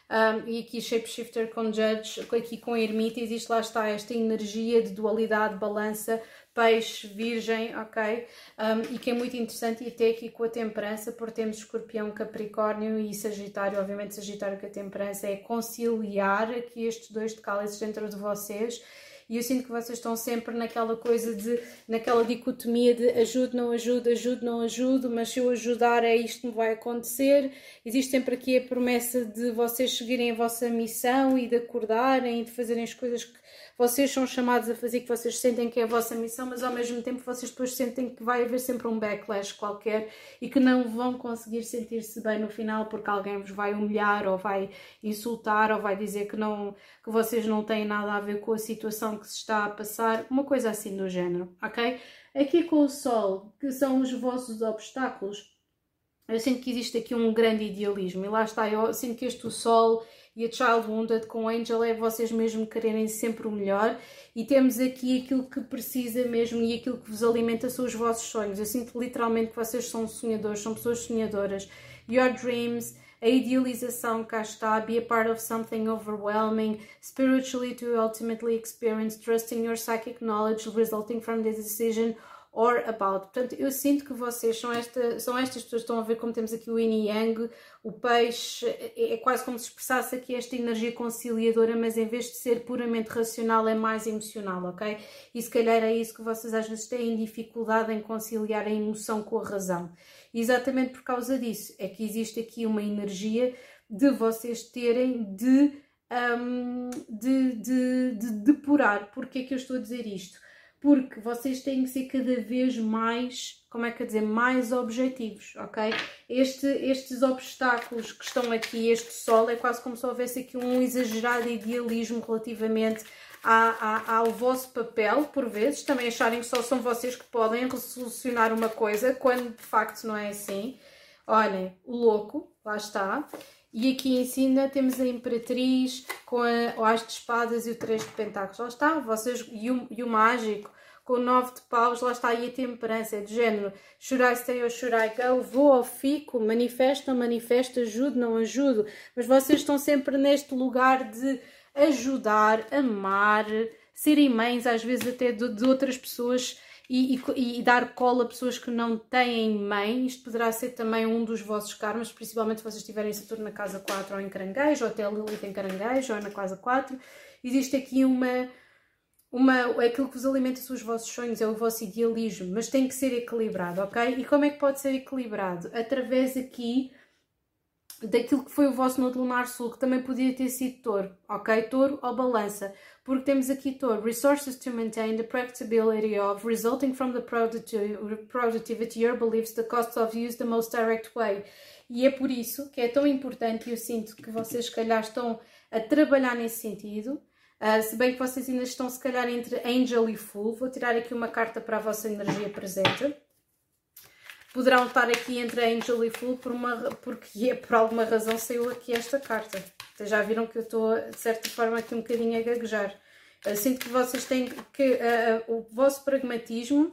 Um, e aqui Shapeshifter com Judge, aqui com Ermita, existe lá está esta energia de dualidade, balança, peixe, virgem, ok? Um, e que é muito interessante, e até aqui com a temperança, porque temos escorpião, capricórnio e sagitário, obviamente sagitário com a temperança, é conciliar aqui estes dois de cálices dentro de vocês. E eu sinto que vocês estão sempre naquela coisa de, naquela dicotomia de ajudo, não ajudo, ajudo, não ajudo, mas se eu ajudar é isto que me vai acontecer. Existe sempre aqui a promessa de vocês seguirem a vossa missão e de acordarem e de fazerem as coisas que vocês são chamados a fazer, que vocês sentem que é a vossa missão, mas ao mesmo tempo vocês depois sentem que vai haver sempre um backlash qualquer e que não vão conseguir sentir-se bem no final porque alguém vos vai humilhar ou vai insultar ou vai dizer que, não, que vocês não têm nada a ver com a situação que se está a passar, uma coisa assim do género, ok? Aqui com o Sol, que são os vossos obstáculos, eu sinto que existe aqui um grande idealismo e lá está, eu sinto que este o Sol e a Child Wounded com o Angel é vocês mesmo quererem sempre o melhor e temos aqui aquilo que precisa mesmo e aquilo que vos alimenta são os vossos sonhos. Eu sinto literalmente que vocês são sonhadores, são pessoas sonhadoras. Your dreams, a idealização, cá está, be a part of something overwhelming, spiritually to ultimately experience, trusting your psychic knowledge resulting from this decision or about. Portanto, eu sinto que vocês são, esta, são estas pessoas, estão a ver como temos aqui o yin e yang, o peixe, é, é quase como se expressasse aqui esta energia conciliadora, mas em vez de ser puramente racional é mais emocional, ok? E se calhar é isso que vocês às vezes têm dificuldade em conciliar a emoção com a razão. E exatamente por causa disso é que existe aqui uma energia de vocês terem de, um, de, de, de depurar. Porquê é que eu estou a dizer isto? Porque vocês têm que ser cada vez mais, como é que eu dizer, mais objetivos, ok? Este, estes obstáculos que estão aqui, este Sol, é quase como se houvesse aqui um exagerado idealismo relativamente a, a, ao vosso papel, por vezes, também acharem que só são vocês que podem resolucionar uma coisa, quando de facto não é assim. Olhem, o louco, lá está. E aqui em cima temos a Imperatriz com a, o As de Espadas e o Três de Pentáculos. Lá está, vocês, e o, e o Mágico com o Nove de Paus, lá está, e a Temperança, é do género should I stay or should I go? Vou ou fico? Manifesto ou manifesto? Ajudo, não ajudo? Mas vocês estão sempre neste lugar de ajudar, amar, serem mães, às vezes até de, de outras pessoas. E, e, e dar cola a pessoas que não têm mãe. Isto poderá ser também um dos vossos karmas, principalmente se vocês tiverem Saturno na casa quatro ou em Caranguejo, ou até Lilith em Caranguejo ou na casa quatro. Existe aqui uma, uma... aquilo que vos alimenta são os vossos sonhos, é o vosso idealismo, mas tem que ser equilibrado, ok? E como é que pode ser equilibrado? Através aqui daquilo que foi o vosso Nodo Lunar Sul, que também podia ter sido Touro, ok? Touro ou Balança. Porque temos aqui Touro, resources to maintain the practicability of, resulting from the productivity, your beliefs, the cost of use, the most direct way. E é por isso que é tão importante, e eu sinto que vocês se calhar estão a trabalhar nesse sentido, uh, se bem que vocês ainda estão se calhar entre Angel e Fool. Vou tirar aqui uma carta para a vossa energia presente. Poderão estar aqui entre Angel e Fool por uma, porque por alguma razão saiu aqui esta carta. Vocês já viram que eu estou, de certa forma, aqui um bocadinho a gaguejar. Eu sinto que vocês têm que... Uh, o vosso pragmatismo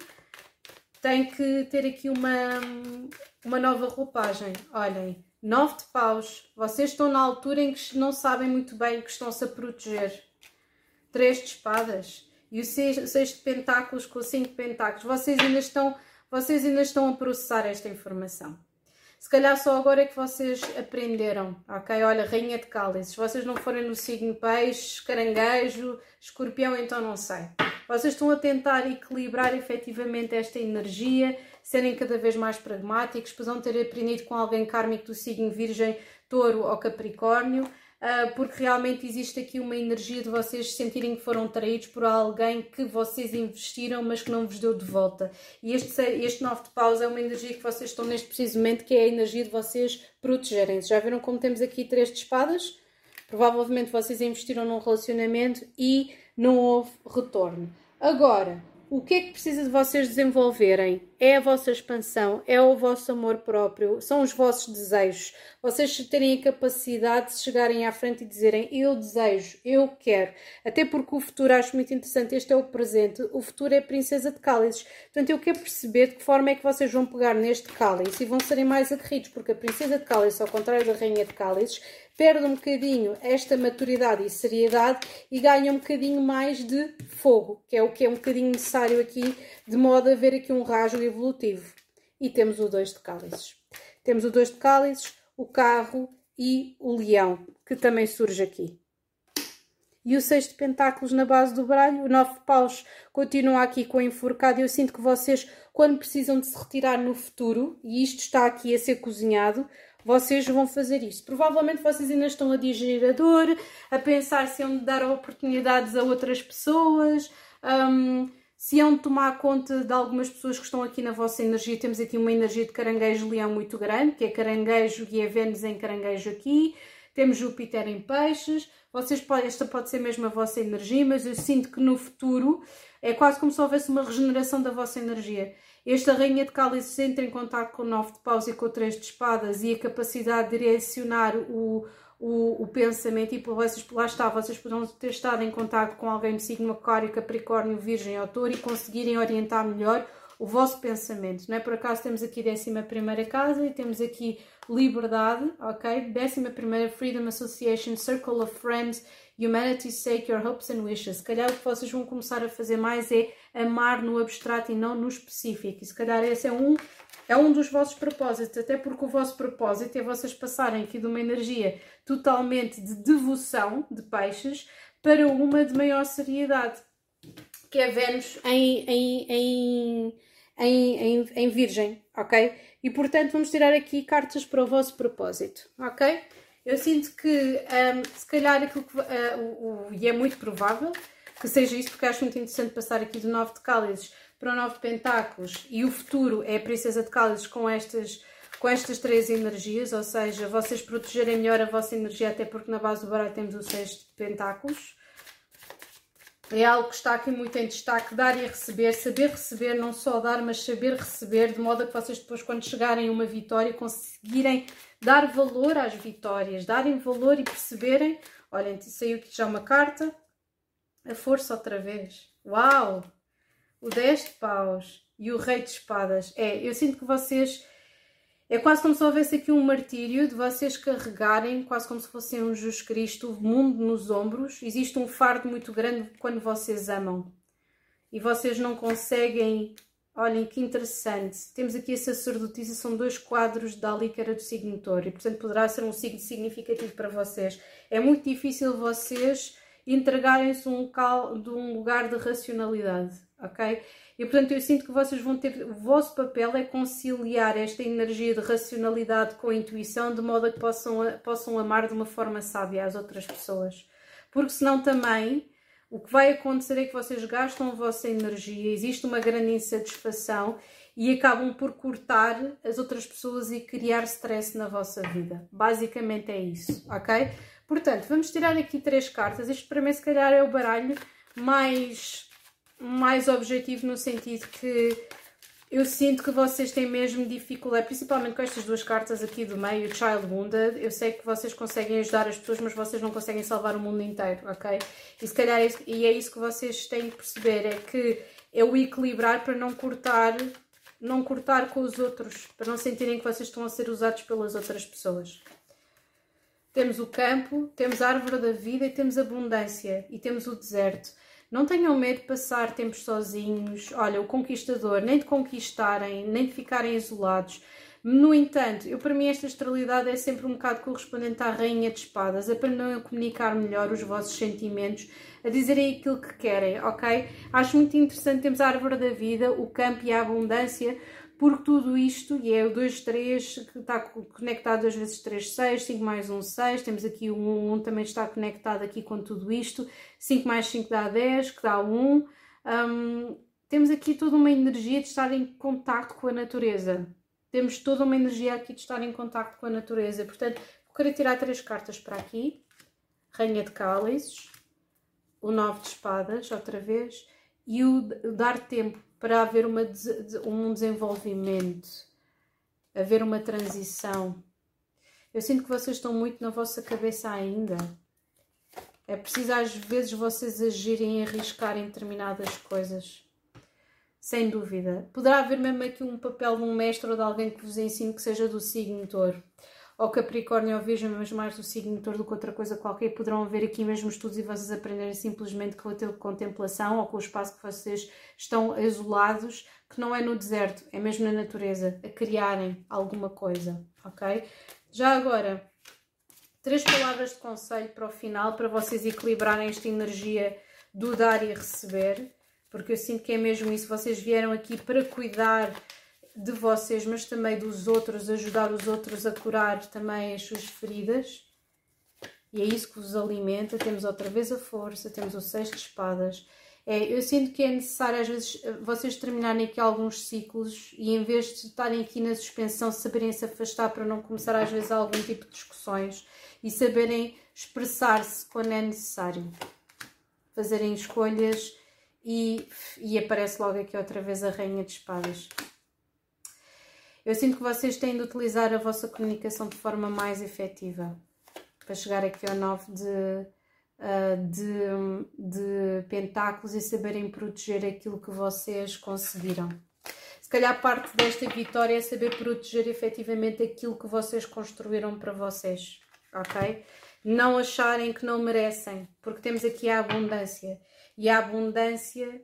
tem que ter aqui uma, uma nova roupagem. Olhem, Nove de Paus. Vocês estão na altura em que não sabem muito bem que estão-se a proteger. Três de Espadas. E o seis, seis de Pentáculos com o Cinco de Pentáculos. Vocês ainda estão... Vocês ainda estão a processar esta informação. Se calhar só agora é que vocês aprenderam, ok? Olha, Rainha de Cálices, se vocês não forem no signo Peixe, Caranguejo, Escorpião, então não sei. Vocês estão a tentar equilibrar efetivamente esta energia, serem cada vez mais pragmáticos, poderão ter aprendido com alguém kármico do signo Virgem, Touro ou Capricórnio, porque realmente existe aqui uma energia de vocês sentirem que foram traídos por alguém que vocês investiram, mas que não vos deu de volta. E este, este Nove de Paus é uma energia que vocês estão neste preciso momento, que é a energia de vocês protegerem-se. Já viram como temos aqui Três de Espadas? Provavelmente vocês investiram num relacionamento e não houve retorno. Agora, o que é que precisa de vocês desenvolverem? É a vossa expansão, é o vosso amor próprio, são os vossos desejos. Vocês terem a capacidade de chegarem à frente e dizerem eu desejo, eu quero. Até porque o futuro, acho muito interessante, este é o presente, o futuro é a Princesa de Cálices. Portanto, eu quero perceber de que forma é que vocês vão pegar neste cálice e vão serem mais aguerridos, porque a Princesa de Cálices, ao contrário da Rainha de Cálices, perde um bocadinho esta maturidade e seriedade e ganha um bocadinho mais de fogo, que é o que é um bocadinho necessário aqui, de modo a haver aqui um rasgo evolutivo. E temos o dois de cálices. Temos o dois de cálices, o carro e o leão, que também surge aqui. E o seis de pentáculos na base do baralho, o nove de paus continua aqui com a enforcada. Eu sinto que vocês, quando precisam de se retirar no futuro, e isto está aqui a ser cozinhado, vocês vão fazer isso. Provavelmente vocês ainda estão a digerir a dor, a pensar se hão de dar oportunidades a outras pessoas, um, se hão de tomar conta de algumas pessoas que estão aqui na vossa energia. Temos aqui uma energia de caranguejo-leão muito grande, que é caranguejo e é Vênus em caranguejo aqui. Temos Júpiter em peixes. Vocês podem, esta pode ser mesmo a vossa energia, mas eu sinto que no futuro é quase como se houvesse uma regeneração da vossa energia. Esta rainha de cálices entra em contato com o nove de paus e com o três de espadas e a capacidade de direcionar o, o, o pensamento. E por vocês, lá está, vocês poderão ter estado em contato com alguém de signo aquário, capricórnio, virgem ou touro e conseguirem orientar melhor o vosso pensamento. Não é por acaso temos aqui décima primeira casa e temos aqui liberdade, ok? décima primeira, Freedom Association, Circle of Friends, Humanity's Sake, Your Hopes and Wishes. Se calhar o que vocês vão começar a fazer mais é amar no abstrato e não no específico. E se calhar esse é um, é um dos vossos propósitos, até porque o vosso propósito é vocês passarem aqui de uma energia totalmente de devoção de peixes para uma de maior seriedade, que é Vênus em, em, em, em, em, em Virgem, ok? E portanto vamos tirar aqui cartas para o vosso propósito, ok? Eu sinto que um, se calhar aquilo que, uh, o, o, e é muito provável que seja isso, porque acho muito interessante passar aqui do nove de cálices para o nove de pentáculos e o futuro é a princesa de cálices com estas, com estas três energias, ou seja, vocês protegerem melhor a vossa energia, até porque na base do baralho temos o seis de pentáculos. É algo que está aqui muito em destaque, dar e receber, saber receber, não só dar, mas saber receber, de modo a que vocês depois, quando chegarem a uma vitória, conseguirem dar valor às vitórias, darem valor e perceberem. Olhem, saiu aqui já uma carta, a força outra vez, uau, o dez de paus e o rei de espadas. É, eu sinto que vocês, é quase como se houvesse aqui um martírio de vocês carregarem, quase como se fossem um Jesus Cristo, o mundo nos ombros. Existe um fardo muito grande quando vocês amam. E vocês não conseguem... Olhem, que interessante. Temos aqui a sacerdotisa, são dois quadros da Lícara do signo touro. E, portanto, poderá ser um signo significativo para vocês. É muito difícil vocês entregarem-se um cal... de um lugar de racionalidade, ok? E, portanto, eu sinto que vocês vão ter... O vosso papel é conciliar esta energia de racionalidade com a intuição, de modo a que possam, possam amar de uma forma sábia às outras pessoas. Porque senão também, o que vai acontecer é que vocês gastam a vossa energia, existe uma grande insatisfação e acabam por cortar as outras pessoas e criar stress na vossa vida. Basicamente é isso, ok? Portanto, vamos tirar aqui três cartas. Este para mim, se calhar, é o baralho mais... mais objetivo, no sentido que eu sinto que vocês têm mesmo dificuldade, principalmente com estas duas cartas aqui do meio, Child Wounded. Eu sei que vocês conseguem ajudar as pessoas, mas vocês não conseguem salvar o mundo inteiro, ok? E se calhar é isso, e é isso que vocês têm que perceber, é que é o equilibrar para não cortar, não cortar com os outros, para não sentirem que vocês estão a ser usados pelas outras pessoas. Temos o campo, temos a árvore da vida e temos a abundância e temos o deserto. Não tenham medo de passar tempos sozinhos, olha, o conquistador, nem de conquistarem, nem de ficarem isolados. No entanto, eu, para mim esta astralidade é sempre um bocado correspondente à rainha de espadas, é para não comunicar melhor os vossos sentimentos, a dizerem aquilo que querem, ok? Acho muito interessante, temos a árvore da vida, o campo e a abundância, porque tudo isto, e é o dois, três, que está conectado às vezes três, seis, cinco mais um, seis, temos aqui o um, um também está conectado aqui com tudo isto, cinco mais cinco dá dez, que dá um. Um, temos aqui toda uma energia de estar em contacto com a natureza. Temos toda uma energia aqui de estar em contacto com a natureza. Portanto, vou querer tirar três cartas para aqui. Rainha de cálices, o nove de espadas, outra vez, e o dar tempo para haver uma, um desenvolvimento, haver uma transição. Eu sinto que vocês estão muito na vossa cabeça ainda. É preciso às vezes vocês agirem e arriscarem determinadas coisas. Sem dúvida. Poderá haver mesmo aqui um papel de um mestre ou de alguém que vos ensine que seja do signo touro. ou Capricórnio ou Virgem, mas mais do signo motor do que outra coisa qualquer, poderão haver aqui mesmo estudos e vocês aprenderem simplesmente com a tua contemplação ou com o espaço que vocês estão isolados, que não é no deserto, é mesmo na natureza, a criarem alguma coisa, ok? Já agora, três palavras de conselho para o final, para vocês equilibrarem esta energia do dar e receber, porque eu sinto que é mesmo isso, vocês vieram aqui para cuidar de vocês, mas também dos outros, ajudar os outros a curar também as suas feridas. E é isso que vos alimenta. Temos outra vez a força, temos o seis de espadas. É, eu sinto que é necessário às vezes vocês terminarem aqui alguns ciclos e em vez de estarem aqui na suspensão, saberem se afastar para não começar às vezes algum tipo de discussões e saberem expressar-se quando é necessário. Fazerem escolhas e, e aparece logo aqui outra vez a Rainha de Espadas. Eu sinto que vocês têm de utilizar a vossa comunicação de forma mais efetiva para chegar aqui ao nove de, uh, de, de pentáculos e saberem proteger aquilo que vocês conseguiram. Se calhar parte desta vitória é saber proteger efetivamente aquilo que vocês construíram para vocês, ok? Não acharem que não merecem, porque temos aqui a abundância. E a abundância...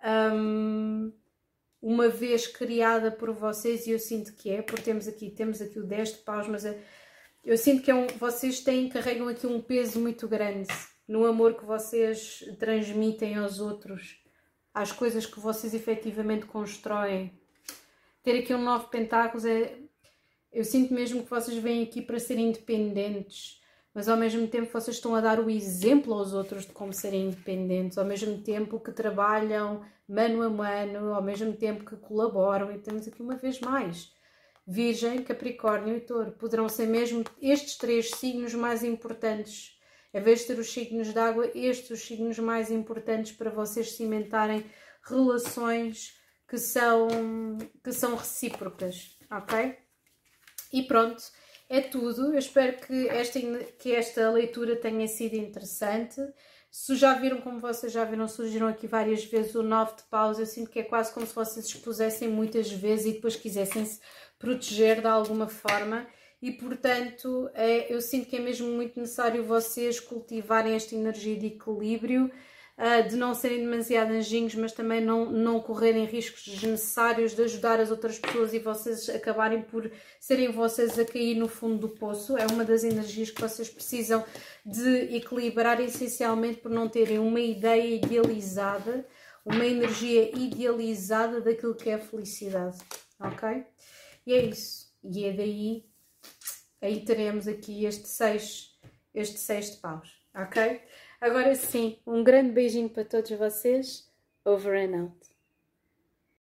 Um, uma vez criada por vocês, e eu sinto que é, porque temos aqui, temos aqui o dez de paus, mas eu, eu sinto que é um, vocês têm, carregam aqui um peso muito grande no amor que vocês transmitem aos outros, às coisas que vocês efetivamente constroem. Ter aqui um nove pentáculos, é, eu sinto mesmo que vocês vêm aqui para serem independentes, mas ao mesmo tempo vocês estão a dar o exemplo aos outros de como serem independentes, ao mesmo tempo que trabalham mano a mano, ao mesmo tempo que colaboram, e temos aqui uma vez mais, Virgem, Capricórnio e Touro, poderão ser mesmo estes três signos mais importantes, em vez de ter os signos de água, estes os signos mais importantes para vocês cimentarem relações que são, que são recíprocas, ok? E pronto. É tudo, eu espero que esta, que esta leitura tenha sido interessante. Se já viram, como vocês já viram, surgiram aqui várias vezes o nove de paus, eu sinto que é quase como se vocês expusessem muitas vezes e depois quisessem se proteger de alguma forma e, portanto, é, eu sinto que é mesmo muito necessário vocês cultivarem esta energia de equilíbrio, Uh, de não serem demasiado anjinhos, mas também não, não correrem riscos desnecessários de ajudar as outras pessoas e vocês acabarem por serem vocês a cair no fundo do poço. É uma das energias que vocês precisam de equilibrar, essencialmente por não terem uma ideia idealizada, uma energia idealizada daquilo que é a felicidade, ok? E é isso. E é daí, aí teremos aqui este seis, este seis de paus, ok? Agora sim, um grande beijinho para todos vocês. Over and out.